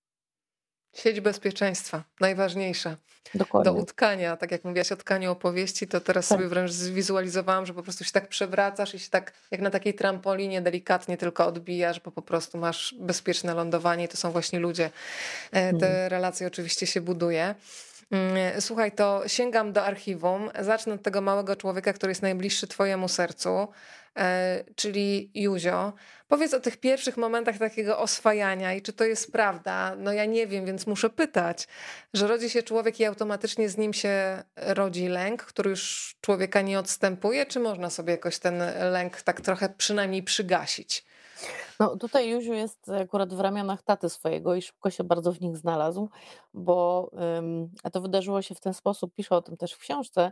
Sieć bezpieczeństwa, najważniejsza. Do Dokładnie. utkania, tak jak mówiłaś o tkaniu opowieści, to teraz Tak. sobie wręcz zwizualizowałam, że po prostu się tak przewracasz i się tak jak na takiej trampolinie delikatnie tylko odbijasz, bo po prostu masz bezpieczne lądowanie i to są właśnie ludzie. Mhm. Te relacje oczywiście się buduje. Słuchaj, to sięgam do archiwum. Zacznę od tego małego człowieka, który jest najbliższy twojemu sercu, czyli Józio. Powiedz o tych pierwszych momentach takiego oswajania i czy to jest prawda? No ja nie wiem, więc muszę pytać, że rodzi się człowiek i automatycznie z nim się rodzi lęk, który już człowieka nie odstępuje, czy można sobie jakoś ten lęk tak trochę przynajmniej przygasić? No tutaj Józiu jest akurat w ramionach taty swojego i szybko się bardzo w nich znalazł, bo a to wydarzyło się w ten sposób, piszę o tym też w książce.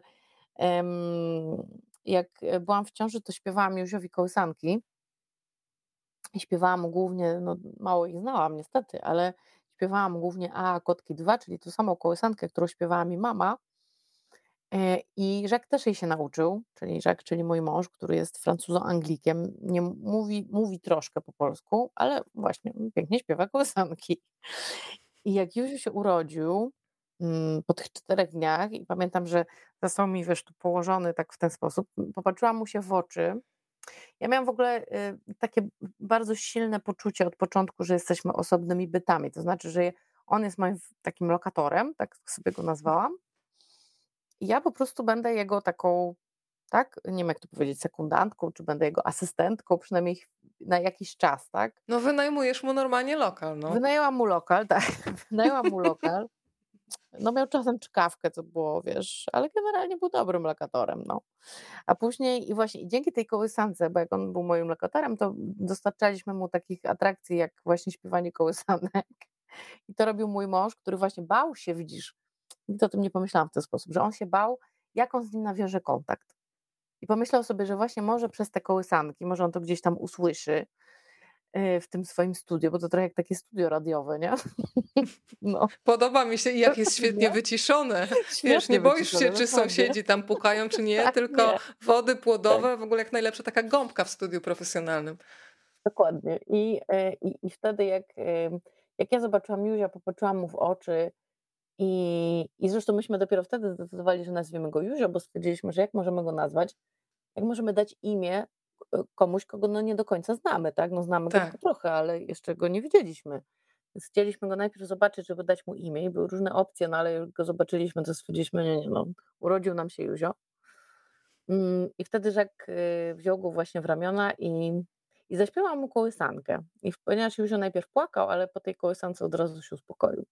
Jak byłam w ciąży, to śpiewałam Józiowi kołysanki i śpiewałam mu głównie, no mało ich znałam niestety, ale śpiewałam głównie A, Kotki 2, czyli tą samą kołysankę, którą śpiewała mi mama. I Jacques też jej się nauczył, czyli Jacques, czyli mój mąż, który jest Francuzo-Anglikiem, nie mówi troszkę po polsku, ale właśnie pięknie śpiewa kołysanki. I jak Józiu się urodził, po tych 4 dniach i pamiętam, że został mi, wiesz, tu położony tak w ten sposób, popatrzyłam mu się w oczy. Ja miałam w ogóle takie bardzo silne poczucie od początku, że jesteśmy osobnymi bytami. To znaczy, że on jest moim takim lokatorem, tak sobie go nazwałam. I ja po prostu będę jego taką, tak, nie wiem jak to powiedzieć, sekundantką, czy będę jego asystentką, przynajmniej na jakiś czas, tak. No wynajmujesz mu normalnie lokal, no. Wynajęłam mu lokal, tak, wynajęłam mu lokal. No miał czasem czkawkę, co było, wiesz, ale generalnie był dobrym lokatorem, no. A później i właśnie dzięki tej kołysance, bo jak on był moim lokatorem, to dostarczaliśmy mu takich atrakcji, jak właśnie śpiewanie kołysanek. I to robił mój mąż, który właśnie bał się, widzisz, nigdy o tym nie pomyślałam w ten sposób, że on się bał, jak on z nim nawiąże kontakt. I pomyślał sobie, że właśnie może przez te kołysanki, może on to gdzieś tam usłyszy w tym swoim studiu, bo to trochę jak takie studio radiowe, nie? No. Podoba mi się i jak jest świetnie Nie? wyciszone. Wiesz, Świetnie nie boisz wyciszone, się, czy dokładnie. sąsiedzi tam pukają, czy nie, Tak, tylko nie. wody Tak, płodowe, w ogóle jak najlepsza taka gąbka w studiu profesjonalnym. dokładnie. I wtedy jak ja zobaczyłam Józia, popatrzyłam mu w oczy i zresztą myśmy dopiero wtedy zdecydowali, że nazwiemy go Józio, bo stwierdziliśmy, że jak możemy go nazwać, jak możemy dać imię komuś, kogo no nie do końca znamy, tak? No znamy go Tak. tylko trochę, ale jeszcze go nie widzieliśmy. Więc chcieliśmy go najpierw zobaczyć, żeby dać mu imię i były różne opcje, no ale jak go zobaczyliśmy, to stwierdziliśmy, nie, no, urodził nam się Józio. I wtedy Jacques wziął go właśnie w ramiona i zaśpiewał mu kołysankę. I ponieważ Józio najpierw płakał, ale po tej kołysance od razu się uspokoił.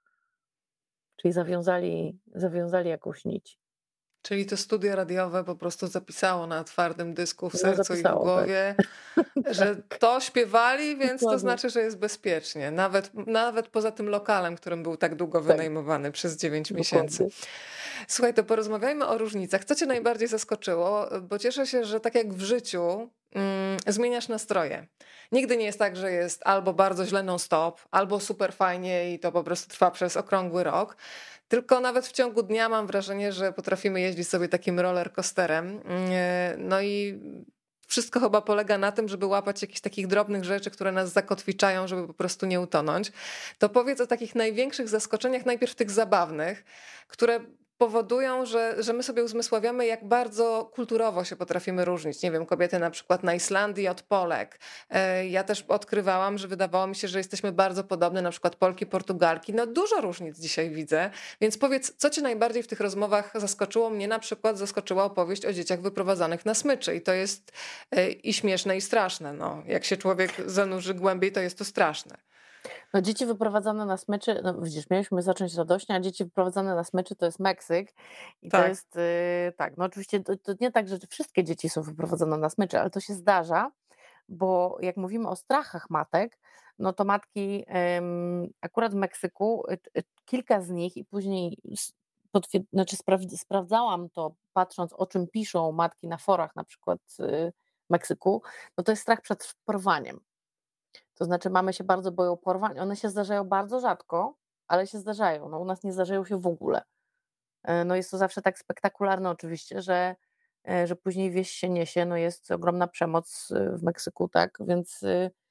Czyli zawiązali jakąś nić. Czyli to studio radiowe po prostu zapisało na twardym dysku w No sercu i w zapisało, tak. głowie, że Tak, to śpiewali, więc to dokładnie. znaczy, że jest bezpiecznie. Nawet poza tym lokalem, którym był tak długo Tak, wynajmowany przez 9 miesięcy. dokładnie. Słuchaj, to porozmawiajmy o różnicach. Co cię najbardziej zaskoczyło? Bo cieszę się, że tak jak w życiu zmieniasz nastroje. Nigdy nie jest tak, że jest albo bardzo źle non-stop, albo super fajnie i to po prostu trwa przez okrągły rok. Tylko nawet w ciągu dnia mam wrażenie, że potrafimy jeździć sobie takim roller coasterem. No i wszystko chyba polega na tym, żeby łapać jakichś takich drobnych rzeczy, które nas zakotwiczają, żeby po prostu nie utonąć. To powiedz o takich największych zaskoczeniach, najpierw tych zabawnych, które powodują, że my sobie uzmysławiamy, jak bardzo kulturowo się potrafimy różnić. Nie wiem, kobiety na przykład na Islandii od Polek. Ja też odkrywałam, że wydawało mi się, że jesteśmy bardzo podobne, na przykład Polki, Portugalki. No dużo różnic dzisiaj widzę. Więc powiedz, co cię najbardziej w tych rozmowach zaskoczyło? Mnie na przykład zaskoczyła opowieść o dzieciach wyprowadzanych na smyczy. I to jest i śmieszne, i straszne. No, jak się człowiek zanurzy głębiej, to jest to straszne. No dzieci wyprowadzane na smyczy, no widzisz, mieliśmy zacząć radośnie, a dzieci wyprowadzane na smyczy to jest Meksyk i to Tak. jest, tak, no oczywiście to nie tak, że wszystkie dzieci są wyprowadzane na smyczy, ale to się zdarza, bo jak mówimy o strachach matek, no to matki akurat w Meksyku, kilka z nich i później znaczy sprawdzałam to, patrząc o czym piszą matki na forach na przykład Meksyku, no to jest strach przed porwaniem. To znaczy mamy się bardzo boją porwań, one się zdarzają bardzo rzadko, ale się zdarzają, no u nas nie zdarzają się w ogóle. No jest to zawsze tak spektakularne oczywiście, że później wieść się niesie, no jest ogromna przemoc w Meksyku, tak, więc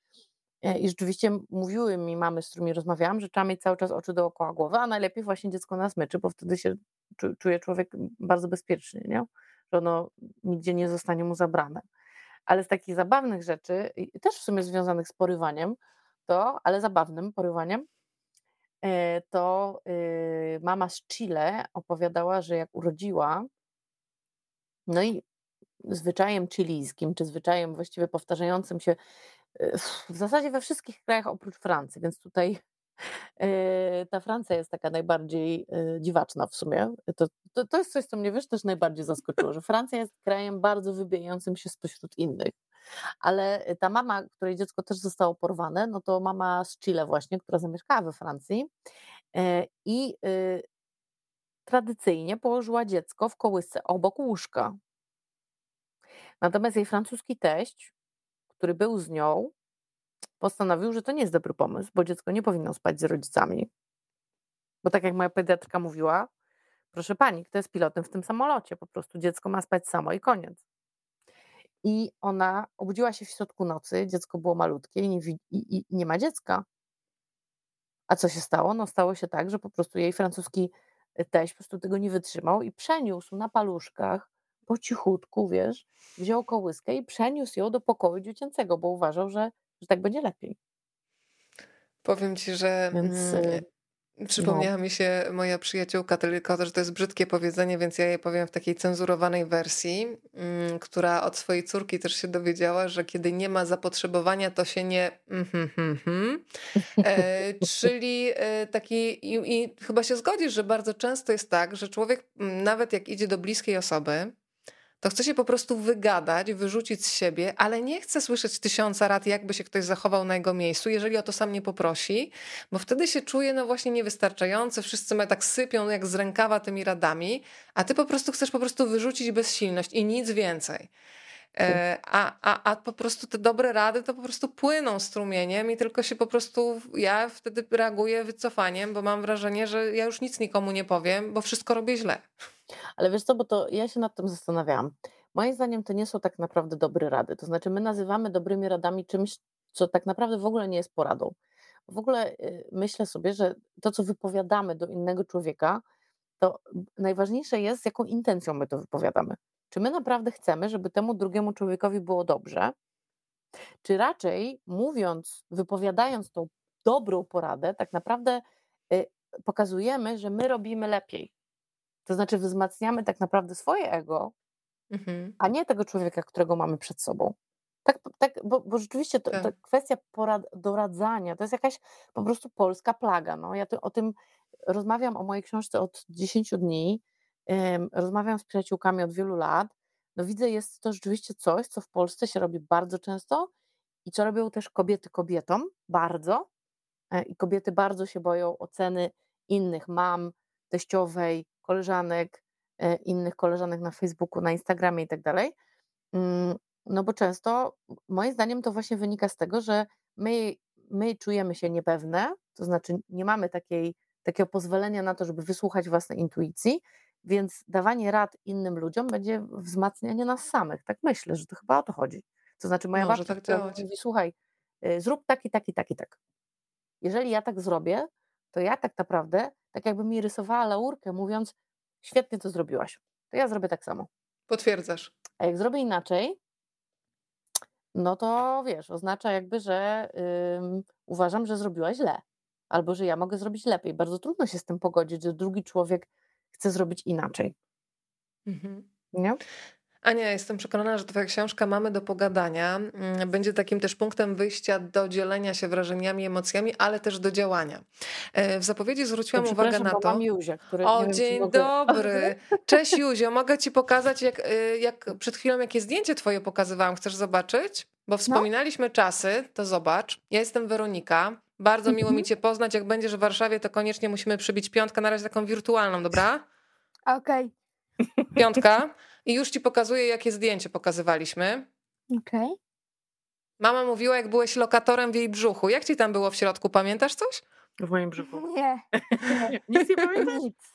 i rzeczywiście mówiły mi mamy, z którymi rozmawiałam, że trzeba mieć cały czas oczy dookoła głowy, a najlepiej właśnie dziecko na smyczy, bo wtedy się czuje człowiek bardzo bezpiecznie, nie? Że ono nigdzie nie zostanie mu zabrane. Ale z takich zabawnych rzeczy, i też w sumie związanych z porywaniem, ale zabawnym porywaniem, to mama z Chile opowiadała, że jak urodziła, no i zwyczajem chilijskim, czy zwyczajem właściwie powtarzającym się w zasadzie we wszystkich krajach oprócz Francji, więc tutaj ta Francja jest taka najbardziej dziwaczna w sumie. To jest coś, co mnie wiesz, też najbardziej zaskoczyło, że Francja jest krajem bardzo wybijającym się spośród innych. Ale ta mama, której dziecko też zostało porwane, no to mama z Chile właśnie, która zamieszkała we Francji i tradycyjnie położyła dziecko w kołysce obok łóżka. Natomiast jej francuski teść, który był z nią, postanowił, że to nie jest dobry pomysł, bo dziecko nie powinno spać z rodzicami. Bo tak jak moja pediatrka mówiła, Proszę pani, kto jest pilotem w tym samolocie? Po prostu dziecko ma spać samo i koniec. I ona obudziła się w środku nocy, dziecko było malutkie i nie ma dziecka. A co się stało? No stało się tak, że po prostu jej francuski teść po prostu tego nie wytrzymał i przeniósł na paluszkach po cichutku, wiesz, wziął kołyskę i przeniósł ją do pokoju dziecięcego, bo uważał, że tak będzie lepiej. Powiem ci, że Więc przypomniała mi się moja przyjaciółka, tylko że to jest brzydkie powiedzenie, więc ja je powiem w takiej cenzurowanej wersji, która od swojej córki też się dowiedziała, że kiedy nie ma zapotrzebowania, to się nie czyli taki i chyba się zgodzisz, że bardzo często jest tak, że człowiek nawet jak idzie do bliskiej osoby, to chce się po prostu wygadać, wyrzucić z siebie, ale nie chce słyszeć 1000 rad, jakby się ktoś zachował na jego miejscu, jeżeli o to sam nie poprosi, bo wtedy się czuje no właśnie niewystarczający, wszyscy tak sypią jak z rękawa tymi radami, a ty po prostu chcesz po prostu wyrzucić bezsilność i nic więcej. A po prostu te dobre rady to po prostu płyną strumieniem i tylko się po prostu ja wtedy reaguję wycofaniem, bo mam wrażenie, że ja już nic nikomu nie powiem, bo wszystko robię źle. Ale wiesz co, bo to ja się nad tym zastanawiałam. Moim zdaniem to nie są tak naprawdę dobre rady. To znaczy my nazywamy dobrymi radami czymś, co tak naprawdę w ogóle nie jest poradą. W ogóle myślę sobie, że to, co wypowiadamy do innego człowieka, to najważniejsze jest, z jaką intencją my to wypowiadamy. Czy my naprawdę chcemy, żeby temu drugiemu człowiekowi było dobrze, czy raczej mówiąc, wypowiadając tą dobrą poradę, tak naprawdę pokazujemy, że my robimy lepiej. To znaczy wzmacniamy tak naprawdę swoje ego, a nie tego człowieka, którego mamy przed sobą. Tak, bo rzeczywiście ta kwestia doradzania to jest jakaś po prostu polska plaga. No. Ja o tym rozmawiam o mojej książce od 10 dni, rozmawiam z przyjaciółkami od wielu lat. No widzę, jest to rzeczywiście coś, co w Polsce się robi bardzo często i co robią też kobiety kobietom bardzo. I kobiety bardzo się boją oceny innych mam, teściowej, koleżanek, innych koleżanek na Facebooku, na Instagramie i tak dalej. No bo często, moim zdaniem, to właśnie wynika z tego, że my czujemy się niepewne, to znaczy nie mamy takiego pozwolenia na to, żeby wysłuchać własnej intuicji, więc dawanie rad innym ludziom będzie wzmacnianie nas samych. Tak myślę, że to chyba o to chodzi. To znaczy moja Może babcia, tak która działać. mówi, słuchaj, zrób tak i tak i tak i tak. Jeżeli ja tak zrobię, to ja tak naprawdę, tak jakby mi rysowała laurkę, mówiąc, świetnie to zrobiłaś, to ja zrobię tak samo. Potwierdzasz. A jak zrobię inaczej, no to wiesz, oznacza jakby, że uważam, że zrobiłaś źle, albo że ja mogę zrobić lepiej. Bardzo trudno się z tym pogodzić, że drugi człowiek chce zrobić inaczej. Nie? Ania, jestem przekonana, że twoja książka Mamy do pogadania będzie takim też punktem wyjścia do dzielenia się wrażeniami, emocjami, ale też do działania. W zapowiedzi zwróciłam uwagę na to. Mam Józia, który O, nie wiem, dzień mogę... dobry. Cześć Józio, mogę ci pokazać, jak przed chwilą jakie zdjęcie twoje pokazywałam. Chcesz zobaczyć? Bo wspominaliśmy czasy, to zobacz. Ja jestem Weronika. Bardzo miło mi cię poznać. Jak będziesz w Warszawie, to koniecznie musimy przybić piątkę, na razie taką wirtualną, dobra? Okej. Piątka. I już ci pokazuję, jakie zdjęcie pokazywaliśmy. Okej. Mama mówiła, jak byłeś lokatorem w jej brzuchu. Jak ci tam było w środku? Pamiętasz coś? W moim brzuchu. Nie. Nic nie pamiętasz? Nic.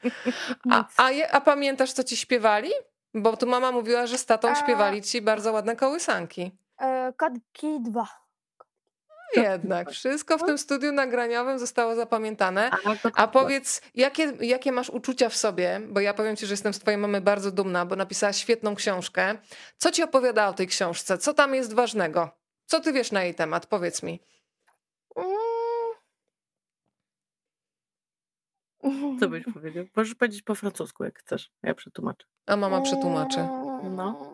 A pamiętasz, co ci śpiewali? Bo tu mama mówiła, że z tatą śpiewali ci bardzo ładne kołysanki. Kotki 2. Jednak wszystko w tym studiu nagraniowym zostało zapamiętane. A powiedz, jakie masz uczucia w sobie? Bo ja powiem ci, że jestem z twojej mamy bardzo dumna, bo napisała świetną książkę. Co ci opowiada o tej książce? Co tam jest ważnego? Co ty wiesz na jej temat? Powiedz mi. Co byś powiedział? Możesz powiedzieć po francusku, jak chcesz. Ja przetłumaczę. A mama przetłumaczy. No.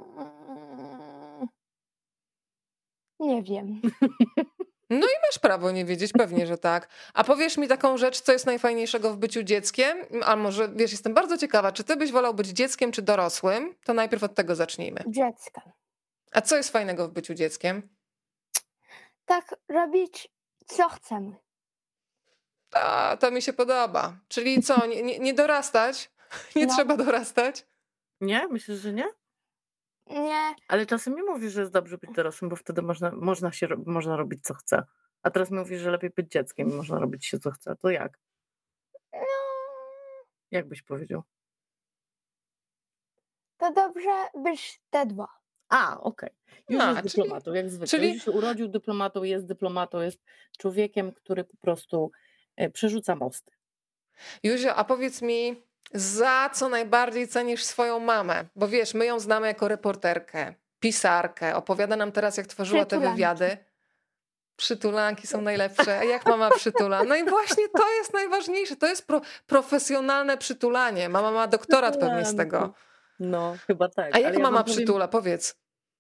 Nie wiem. No i masz prawo nie wiedzieć, pewnie, że tak. A powiesz mi taką rzecz, co jest najfajniejszego w byciu dzieckiem? A może, wiesz, jestem bardzo ciekawa, czy ty byś wolał być dzieckiem czy dorosłym? To najpierw od tego zacznijmy. Dzieckiem. A co jest fajnego w byciu dzieckiem? Tak robić, co chcemy. To mi się podoba. Czyli co, nie dorastać? Nie trzeba dorastać? Nie? Myślisz, że nie? Nie. Ale czasem mi mówisz, że jest dobrze być dorosłym, bo wtedy można robić co chce. A teraz mi mówisz, że lepiej być dzieckiem i można robić się co chce. To jak? No, Jak byś powiedział? To dobrze być te dwa. Okej. Już A, jest dyplomatą, jak zwykle. czyli- Już się urodził dyplomatą, jest człowiekiem, który po prostu przerzuca mosty. Józio, a powiedz mi, za co najbardziej cenisz swoją mamę? Bo wiesz, my ją znamy jako reporterkę, pisarkę, opowiada nam teraz, jak tworzyła te Przytulanki. wywiady. Przytulanki są najlepsze. A jak mama przytula? No i właśnie to jest najważniejsze. To jest profesjonalne przytulanie. Mama ma doktorat pewnie z tego. No, chyba tak. A jak Ale ja mama wam powiem- przytula? Powiedz.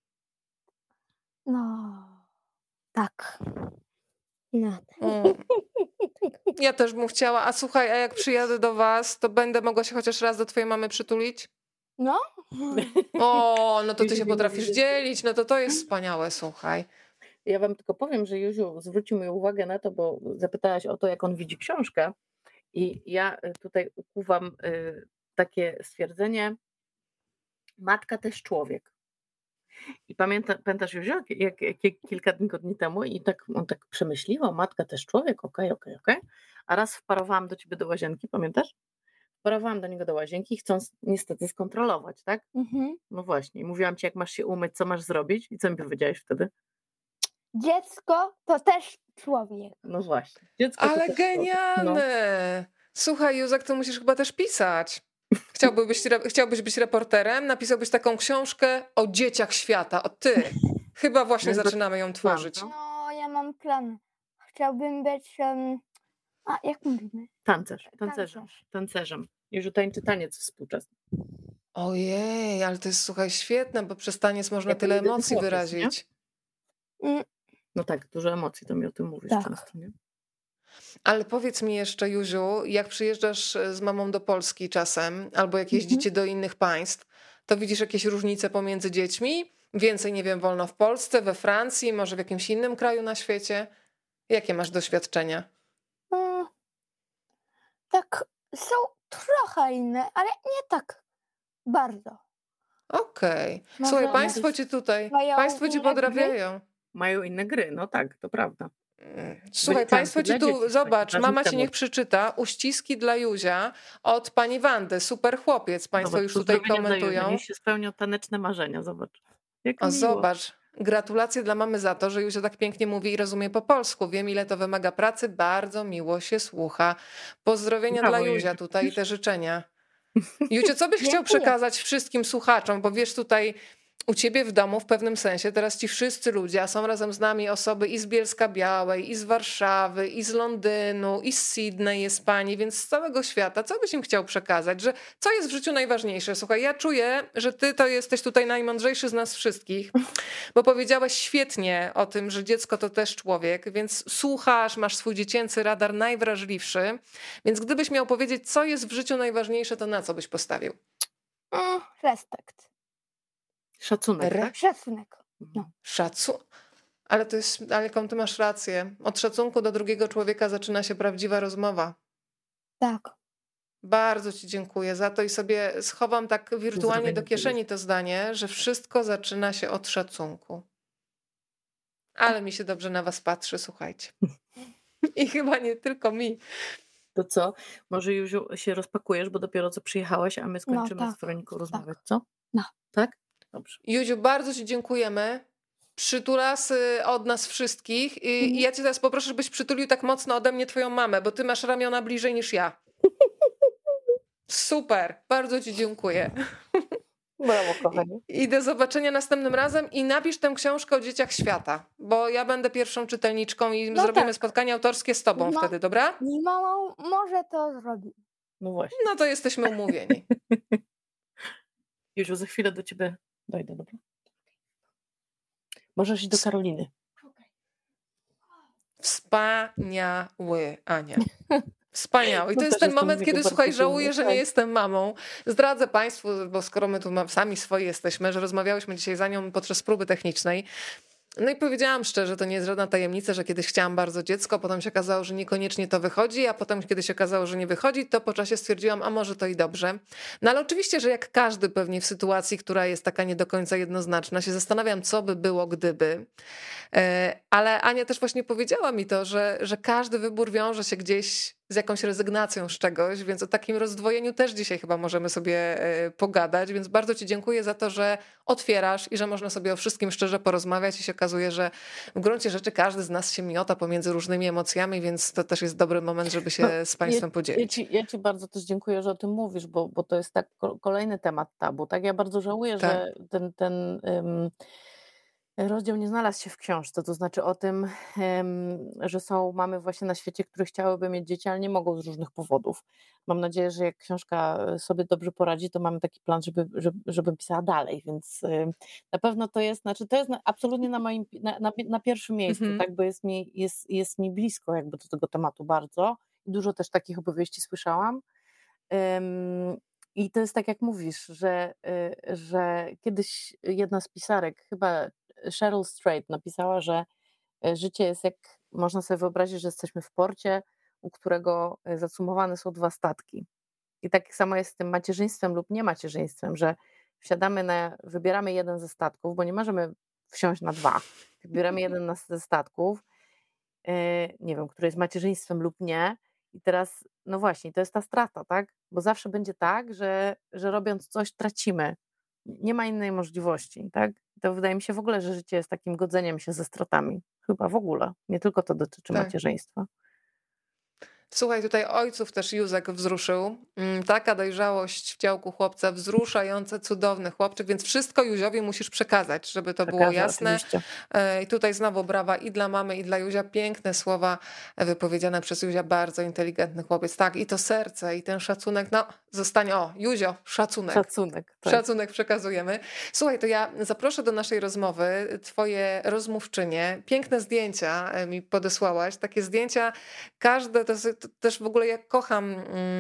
No, tak. No. Mm. Ja też bym chciała. A słuchaj, a jak przyjadę do was, to będę mogła się chociaż raz do twojej mamy przytulić? No, O, no to ty Józiu się nie potrafisz mówi, że- dzielić. No to jest wspaniałe, słuchaj. Ja wam tylko powiem, że Józiu zwrócił moją uwagę na to, bo zapytałaś o to, jak on widzi książkę i ja tutaj ukuwam takie stwierdzenie: matka też człowiek. I pamiętasz, Józiu, jak kilka dni temu i tak on tak przemyśliwał, matka też człowiek, okej. A raz wparowałam do ciebie do łazienki, pamiętasz? Wparowałam do niego do łazienki, chcąc niestety skontrolować, tak? No właśnie, i mówiłam ci, jak masz się umyć, co masz zrobić i co mi powiedziałeś wtedy? dziecko to też człowiek. No właśnie. Dziecko to Ale też człowiek. genialne! Słuchaj, Józek, to musisz chyba też pisać. Chciałbyś być reporterem? Napisałbyś taką książkę o dzieciach świata. O ty. Chyba właśnie No, zaczynamy ją tworzyć. no. No, ja mam plan. Chciałbym być... a, jak mówimy? Tancerzem. Już tańczy taniec współczesny. Ojej, ale to jest, słuchaj, świetne, bo przez taniec można Jak tyle jeden emocji chłopiec, wyrazić. No tak, dużo emocji, to mi o tym mówisz Tak. często, nie? Ale powiedz mi jeszcze, Józiu, jak przyjeżdżasz z mamą do Polski czasem, albo jak jeździcie do innych państw, to widzisz jakieś różnice pomiędzy dziećmi? Więcej, nie wiem, wolno w Polsce, we Francji, może w jakimś innym kraju na świecie? Jakie masz doświadczenia? Tak, są trochę inne, ale nie tak bardzo. Okej. Może Słuchaj, one państwo cię tutaj, mają państwo cię inne gry? podrabiają. Mają inne gry, no tak, to prawda. Słuchaj, Wyliczanki państwo dla ci tu, dzieci, zobacz, taki mama ważny ci niech temat. przeczyta uściski dla Józia od pani Wandy, super chłopiec. Państwo Zobacz, już tutaj pozdrowienia dla Józia, komentują. niech się spełnią taneczne marzenia, zobacz. Jak O, miło. zobacz. Gratulacje dla mamy za to, że Józia tak pięknie mówi i rozumie po polsku. Wiem, ile to wymaga pracy, bardzo miło się słucha. Pozdrowienia Brawo, dla Józia Józiu. tutaj i te życzenia. Józio, co byś chciał Dziękuję. przekazać wszystkim słuchaczom? Bo wiesz, tutaj u ciebie w domu w pewnym sensie teraz ci wszyscy ludzie, a są razem z nami osoby i z Bielska-Białej, i z Warszawy, i z Londynu, i z Sydney jest pani, więc z całego świata. Co byś im chciał przekazać? Że co jest w życiu najważniejsze? Słuchaj, ja czuję, że ty to jesteś tutaj najmądrzejszy z nas wszystkich, bo powiedziałeś świetnie o tym, że dziecko to też człowiek, więc słuchasz, masz swój dziecięcy radar najwrażliwszy, więc gdybyś miał powiedzieć, co jest w życiu najważniejsze, to na co byś postawił? Respekt. Szacunek, tak? Szacunek. No. Ale jaką ty masz rację. Od szacunku do drugiego człowieka zaczyna się prawdziwa rozmowa. Tak. Bardzo ci dziękuję za to i sobie schowam tak wirtualnie do kieszeni to zdanie, że wszystko zaczyna się od szacunku. Ale mi się dobrze na was patrzy, słuchajcie. I chyba nie tylko mi. To co? Może Józiu się rozpakujesz, bo dopiero co przyjechałaś, a my skończymy tak, z Weroniką tak. rozmawiać, co? No. Tak? Dobrze. Józiu, bardzo ci dziękujemy. Przytulasy od nas wszystkich i ja cię teraz poproszę, żebyś przytulił tak mocno ode mnie twoją mamę, bo ty masz ramiona bliżej niż ja. Super, bardzo ci dziękuję. Brawo, kochanie. I do zobaczenia następnym razem i napisz tę książkę o dzieciach świata, bo ja będę pierwszą czytelniczką i No zrobimy tak. spotkanie autorskie z tobą No. wtedy, dobra? I mama może to zrobi. No właśnie. No to jesteśmy umówieni. Józiu, za chwilę do ciebie dojdę, dobra? Możesz iść do Karoliny. Wspaniały, Ania. Wspaniały. I to No jest też ten jestem moment, z kiedy niego słuchaj, bardzo żałuję, dumna, że nie tak. jestem mamą. Zdradzę państwu, bo skoro my tu sami swoi jesteśmy, że rozmawiałyśmy dzisiaj za nią podczas próby technicznej. No i powiedziałam szczerze, to nie jest żadna tajemnica, że kiedyś chciałam bardzo dziecko, potem się okazało, że niekoniecznie to wychodzi, a potem kiedy się okazało, że nie wychodzi, to po czasie stwierdziłam, a może to i dobrze. No ale oczywiście, że jak każdy pewnie w sytuacji, która jest taka nie do końca jednoznaczna, się zastanawiam, co by było, gdyby. Ale Ania też właśnie powiedziała mi to, że każdy wybór wiąże się gdzieś z jakąś rezygnacją z czegoś, więc o takim rozdwojeniu też dzisiaj chyba możemy sobie pogadać, więc bardzo ci dziękuję za to, że otwierasz i że można sobie o wszystkim szczerze porozmawiać i się okazuje, że w gruncie rzeczy każdy z nas się miota pomiędzy różnymi emocjami, więc to też jest dobry moment, żeby się z państwem podzielić. Ja ci bardzo też dziękuję, że o tym mówisz, bo to jest tak kolejny temat tabu. Tak, ja bardzo żałuję, Tak. że ten rozdział nie znalazł się w książce, to znaczy o tym, że są mamy właśnie na świecie, które chciałyby mieć dzieci, ale nie mogą z różnych powodów. Mam nadzieję, że jak książka sobie dobrze poradzi, to mamy taki plan, żeby pisała dalej, więc na pewno to jest, znaczy to jest absolutnie na moim, na pierwszym miejscu, Mhm. tak, bo jest mi blisko jakby do tego tematu bardzo. Dużo też takich opowieści słyszałam. I to jest tak, jak mówisz, że kiedyś jedna z pisarek, chyba Cheryl Strayed, napisała, że życie jest jak, można sobie wyobrazić, że jesteśmy w porcie, u którego zacumowane są dwa statki. I tak samo jest z tym macierzyństwem lub niemacierzyństwem, że wybieramy jeden ze statków, bo nie możemy wsiąść na dwa. Wybieramy jeden ze statków, nie wiem, który jest macierzyństwem lub nie. I teraz, no właśnie, to jest ta strata, tak? Bo zawsze będzie tak, że robiąc coś tracimy. Nie ma innej możliwości, tak? To wydaje mi się w ogóle, że życie jest takim godzeniem się ze stratami. Chyba w ogóle. Nie tylko to dotyczy Tak. macierzyństwa. Słuchaj, tutaj ojców też Józek wzruszył. Taka dojrzałość w działku chłopca, wzruszające, cudowny chłopczyk, więc wszystko Józiowi musisz przekazać, żeby to było jasne. Oczywiście. I tutaj znowu brawa i dla mamy, i dla Józia. Piękne słowa wypowiedziane przez Józia, bardzo inteligentny chłopiec. Tak, i to serce, i ten szacunek, no zostanie, Józio, szacunek. Szacunek. Tak. Szacunek przekazujemy. Słuchaj, to ja zaproszę do naszej rozmowy twoje rozmówczynie. Piękne zdjęcia mi podesłałaś. Takie zdjęcia, każde, to też w ogóle ja kocham.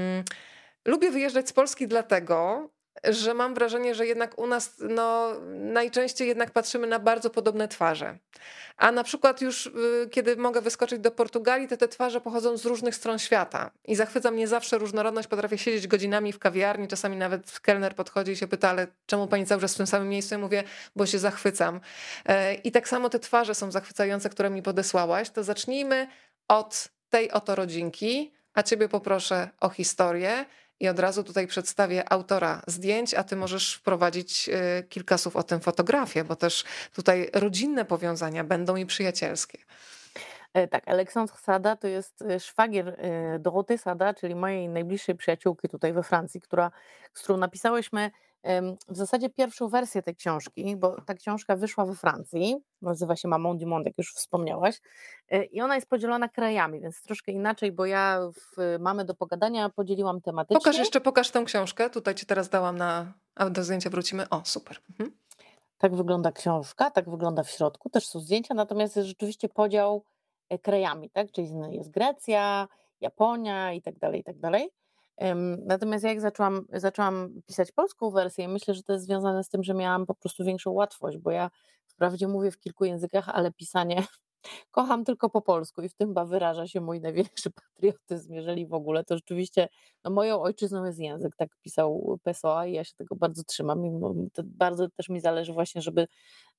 Lubię wyjeżdżać z Polski dlatego, że mam wrażenie, że jednak u nas najczęściej jednak patrzymy na bardzo podobne twarze. A na przykład już kiedy mogę wyskoczyć do Portugalii, to te twarze pochodzą z różnych stron świata. I zachwyca mnie zawsze różnorodność. Potrafię siedzieć godzinami w kawiarni, czasami nawet kelner podchodzi i się pyta, ale czemu pani cały czas w tym samym miejscu? Ja mówię, bo się zachwycam. I tak samo te twarze są zachwycające, które mi podesłałaś. To zacznijmy od tej oto rodzinki, a ciebie poproszę o historię. I od razu tutaj przedstawię autora zdjęć, a ty możesz wprowadzić kilka słów o tym fotografię, bo też tutaj rodzinne powiązania będą i przyjacielskie. Tak, Aleksandr Sada to jest szwagier Doroty Sada, czyli mojej najbliższej przyjaciółki tutaj we Francji, z którą napisałyśmy w zasadzie pierwszą wersję tej książki, bo ta książka wyszła we Francji, nazywa się Maman du Monde, jak już wspomniałaś, i ona jest podzielona krajami, więc troszkę inaczej, bo ja w Mamy do pogadania podzieliłam tematycznie. Pokaż tę książkę, tutaj ci teraz dałam a do zdjęcia wrócimy. O, super. Mhm. Tak wygląda książka, tak wygląda w środku, też są zdjęcia, natomiast jest rzeczywiście podział krajami, tak? Czyli jest Grecja, Japonia i tak dalej, i tak dalej. Natomiast ja jak zaczęłam pisać polską wersję, myślę, że to jest związane z tym, że miałam po prostu większą łatwość, bo ja wprawdzie mówię w kilku językach, ale pisanie kocham tylko po polsku i w tym chyba wyraża się mój największy patriotyzm, jeżeli w ogóle. To rzeczywiście moją ojczyzną jest język, tak pisał Pessoa i ja się tego bardzo trzymam i to bardzo też mi zależy właśnie, żeby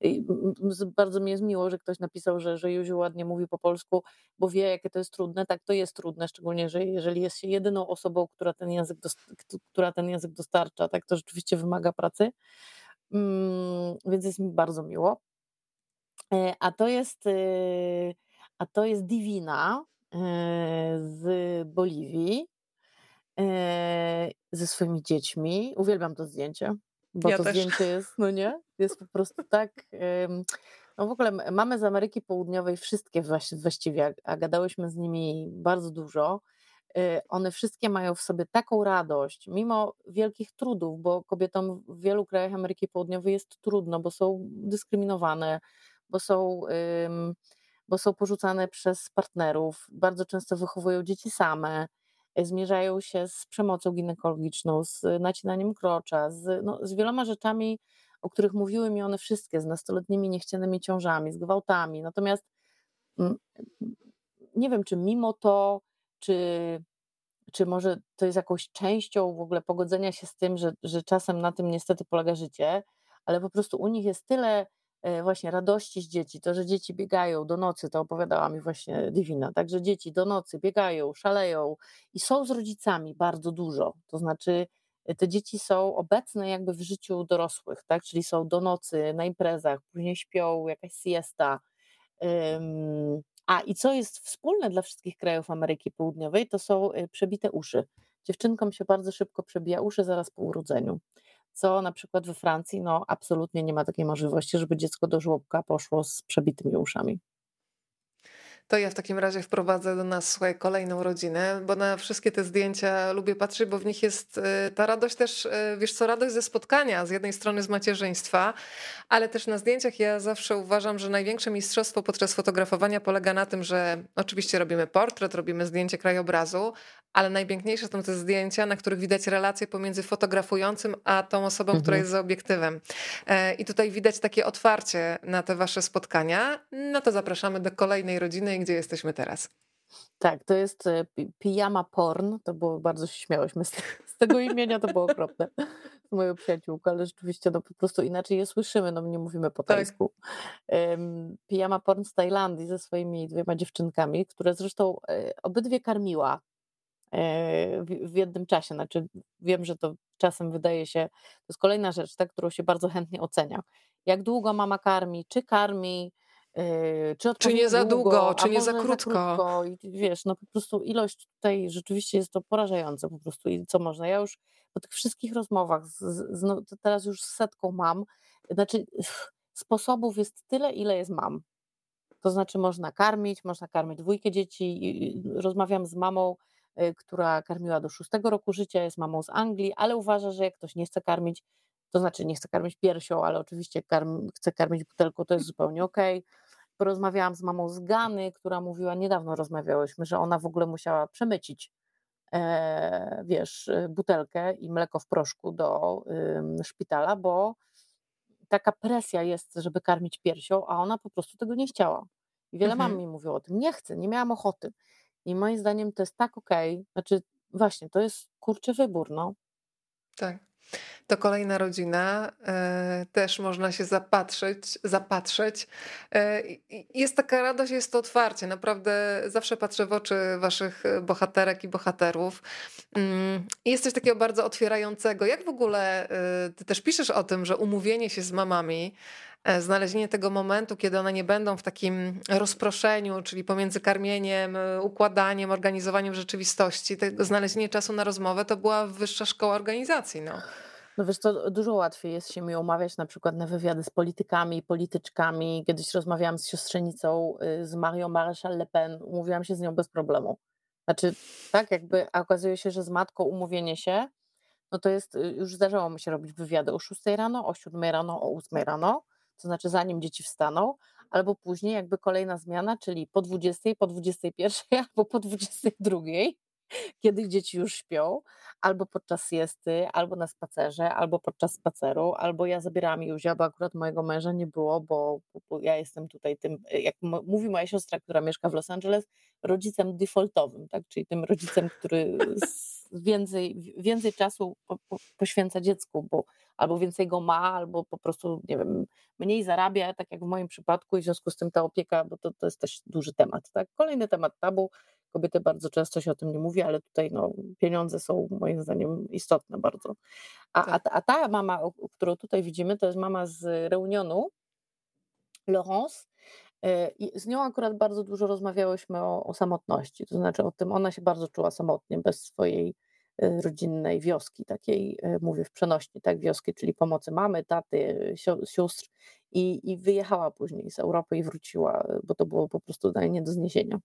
bardzo mi jest miło, że ktoś napisał, że Józiu ładnie mówi po polsku, bo wie, jakie to jest trudne. Tak, to jest trudne, szczególnie, że jeżeli jest się jedyną osobą, która ten język dostarcza, tak, to rzeczywiście wymaga pracy, więc jest mi bardzo miło. A to jest Divina z Boliwii ze swoimi dziećmi. Uwielbiam to zdjęcie, bo Ja to też. zdjęcie jest, no nie, jest po prostu tak. No w ogóle mamy z Ameryki Południowej wszystkie właściwie, a gadałyśmy z nimi bardzo dużo. One wszystkie mają w sobie taką radość, mimo wielkich trudów, bo kobietom w wielu krajach Ameryki Południowej jest trudno, bo są dyskryminowane, bo są porzucane przez partnerów, bardzo często wychowują dzieci same, zmierzają się z przemocą ginekologiczną, z nacinaniem krocza, z wieloma rzeczami, o których mówiły mi one wszystkie, z nastoletnimi niechcianymi ciążami, z gwałtami. Natomiast nie wiem, czy mimo to, czy może to jest jakąś częścią w ogóle pogodzenia się z tym, że czasem na tym niestety polega życie, ale po prostu u nich jest tyle właśnie radości z dzieci, to, że dzieci biegają do nocy, to opowiadała mi właśnie Divina, także dzieci do nocy biegają, szaleją i są z rodzicami bardzo dużo, to znaczy te dzieci są obecne jakby w życiu dorosłych, tak, czyli są do nocy na imprezach, później śpią, jakaś siesta. I co jest wspólne dla wszystkich krajów Ameryki Południowej, to są przebite uszy. Dziewczynkom się bardzo szybko przebija uszy zaraz po urodzeniu, co na przykład we Francji no absolutnie nie ma takiej możliwości, żeby dziecko do żłobka poszło z przebitymi uszami. To ja w takim razie wprowadzę do nas, słuchaj, kolejną rodzinę, bo na wszystkie te zdjęcia lubię patrzeć, bo w nich jest ta radość też, wiesz co, radość ze spotkania, z jednej strony z macierzyństwa, ale też na zdjęciach ja zawsze uważam, że największe mistrzostwo podczas fotografowania polega na tym, że oczywiście robimy portret, robimy zdjęcie krajobrazu, ale najpiękniejsze są te zdjęcia, na których widać relacje pomiędzy fotografującym a tą osobą, która jest za obiektywem. I tutaj widać takie otwarcie na te wasze spotkania. No to zapraszamy do kolejnej rodziny, gdzie jesteśmy teraz. Tak, to jest Pijama Porn, to było, bardzo się śmiałyśmy z tego imienia, to było okropne, z moją przyjaciółką, ale rzeczywiście no po prostu inaczej je słyszymy, no nie mówimy po tajsku. Pijama Porn z Tajlandii ze swoimi 2 dziewczynkami, które zresztą obydwie karmiła w jednym czasie, znaczy wiem, że to czasem wydaje się, to jest kolejna rzecz, tak, którą się bardzo chętnie ocenia. Jak długo mama karmi, czy czy nie za długo, czy nie za może krótko. I wiesz, no po prostu ilość tutaj rzeczywiście jest to porażające po prostu i co można. Ja już po tych wszystkich rozmowach, no, teraz już z setką mam, znaczy sposobów jest tyle, ile jest mam. To znaczy można karmić 2 dzieci. Rozmawiam z mamą, która karmiła do 6 roku życia, jest mamą z Anglii, ale uważa, że jak ktoś nie chce karmić, to znaczy nie chce karmić piersią, ale oczywiście chce karmić butelką, to jest zupełnie okej. Porozmawiałam z mamą z Gany, która mówiła, niedawno rozmawiałyśmy, że ona w ogóle musiała przemycić wiesz, butelkę i mleko w proszku do szpitala, bo taka presja jest, żeby karmić piersią, a ona po prostu tego nie chciała. I wiele mam mi mówiło o tym, nie chcę, nie miałam ochoty. I moim zdaniem to jest tak okej, znaczy właśnie, to jest kurczy wybór, no. Tak. To kolejna rodzina, też można się zapatrzeć. Jest taka radość, jest to otwarcie. Naprawdę zawsze patrzę w oczy waszych bohaterek i bohaterów. I jest coś takiego bardzo otwierającego. Jak w ogóle ty też piszesz o tym, że umówienie się z mamami, znalezienie tego momentu, kiedy one nie będą w takim rozproszeniu, czyli pomiędzy karmieniem, układaniem, organizowaniem rzeczywistości, znalezienie czasu na rozmowę to była wyższa szkoła organizacji. No wiesz co, dużo łatwiej jest się mi umawiać na przykład na wywiady z politykami, polityczkami. Kiedyś rozmawiałam z siostrzenicą, z Marią Maréchal Le Pen, umówiłam się z nią bez problemu. Znaczy, tak jakby, a okazuje się, że z matką umówienie się, no to jest, już zdarzało mi się robić wywiady o 6 rano, o 7 rano, o 8 rano, to znaczy zanim dzieci wstaną, albo później jakby kolejna zmiana, czyli po 20, po 21 albo po 22, kiedy dzieci już śpią, albo podczas siesty, albo na spacerze, albo podczas spaceru, albo ja zabierałam Józia, bo akurat mojego męża nie było, bo ja jestem tutaj tym, jak mówi moja siostra, która mieszka w Los Angeles, rodzicem defaultowym, tak? Czyli tym rodzicem, który więcej czasu poświęca dziecku, bo albo więcej go ma, albo po prostu, nie wiem, mniej zarabia, tak jak w moim przypadku i w związku z tym ta opieka, bo to jest też duży temat, tak? Kolejny temat tabu, kobiety bardzo często się o tym nie mówi, ale tutaj no, pieniądze są moim zdaniem istotne bardzo. A ta mama, którą tutaj widzimy, to jest mama z Reunionu, Laurence, i z nią akurat bardzo dużo rozmawiałyśmy o samotności, to znaczy o tym, ona się bardzo czuła samotnie, bez swojej rodzinnej wioski, takiej, mówię w przenośni, tak, wioski, czyli pomocy mamy, taty, sióstr i wyjechała później z Europy i wróciła, bo to było po prostu nie do zniesienia.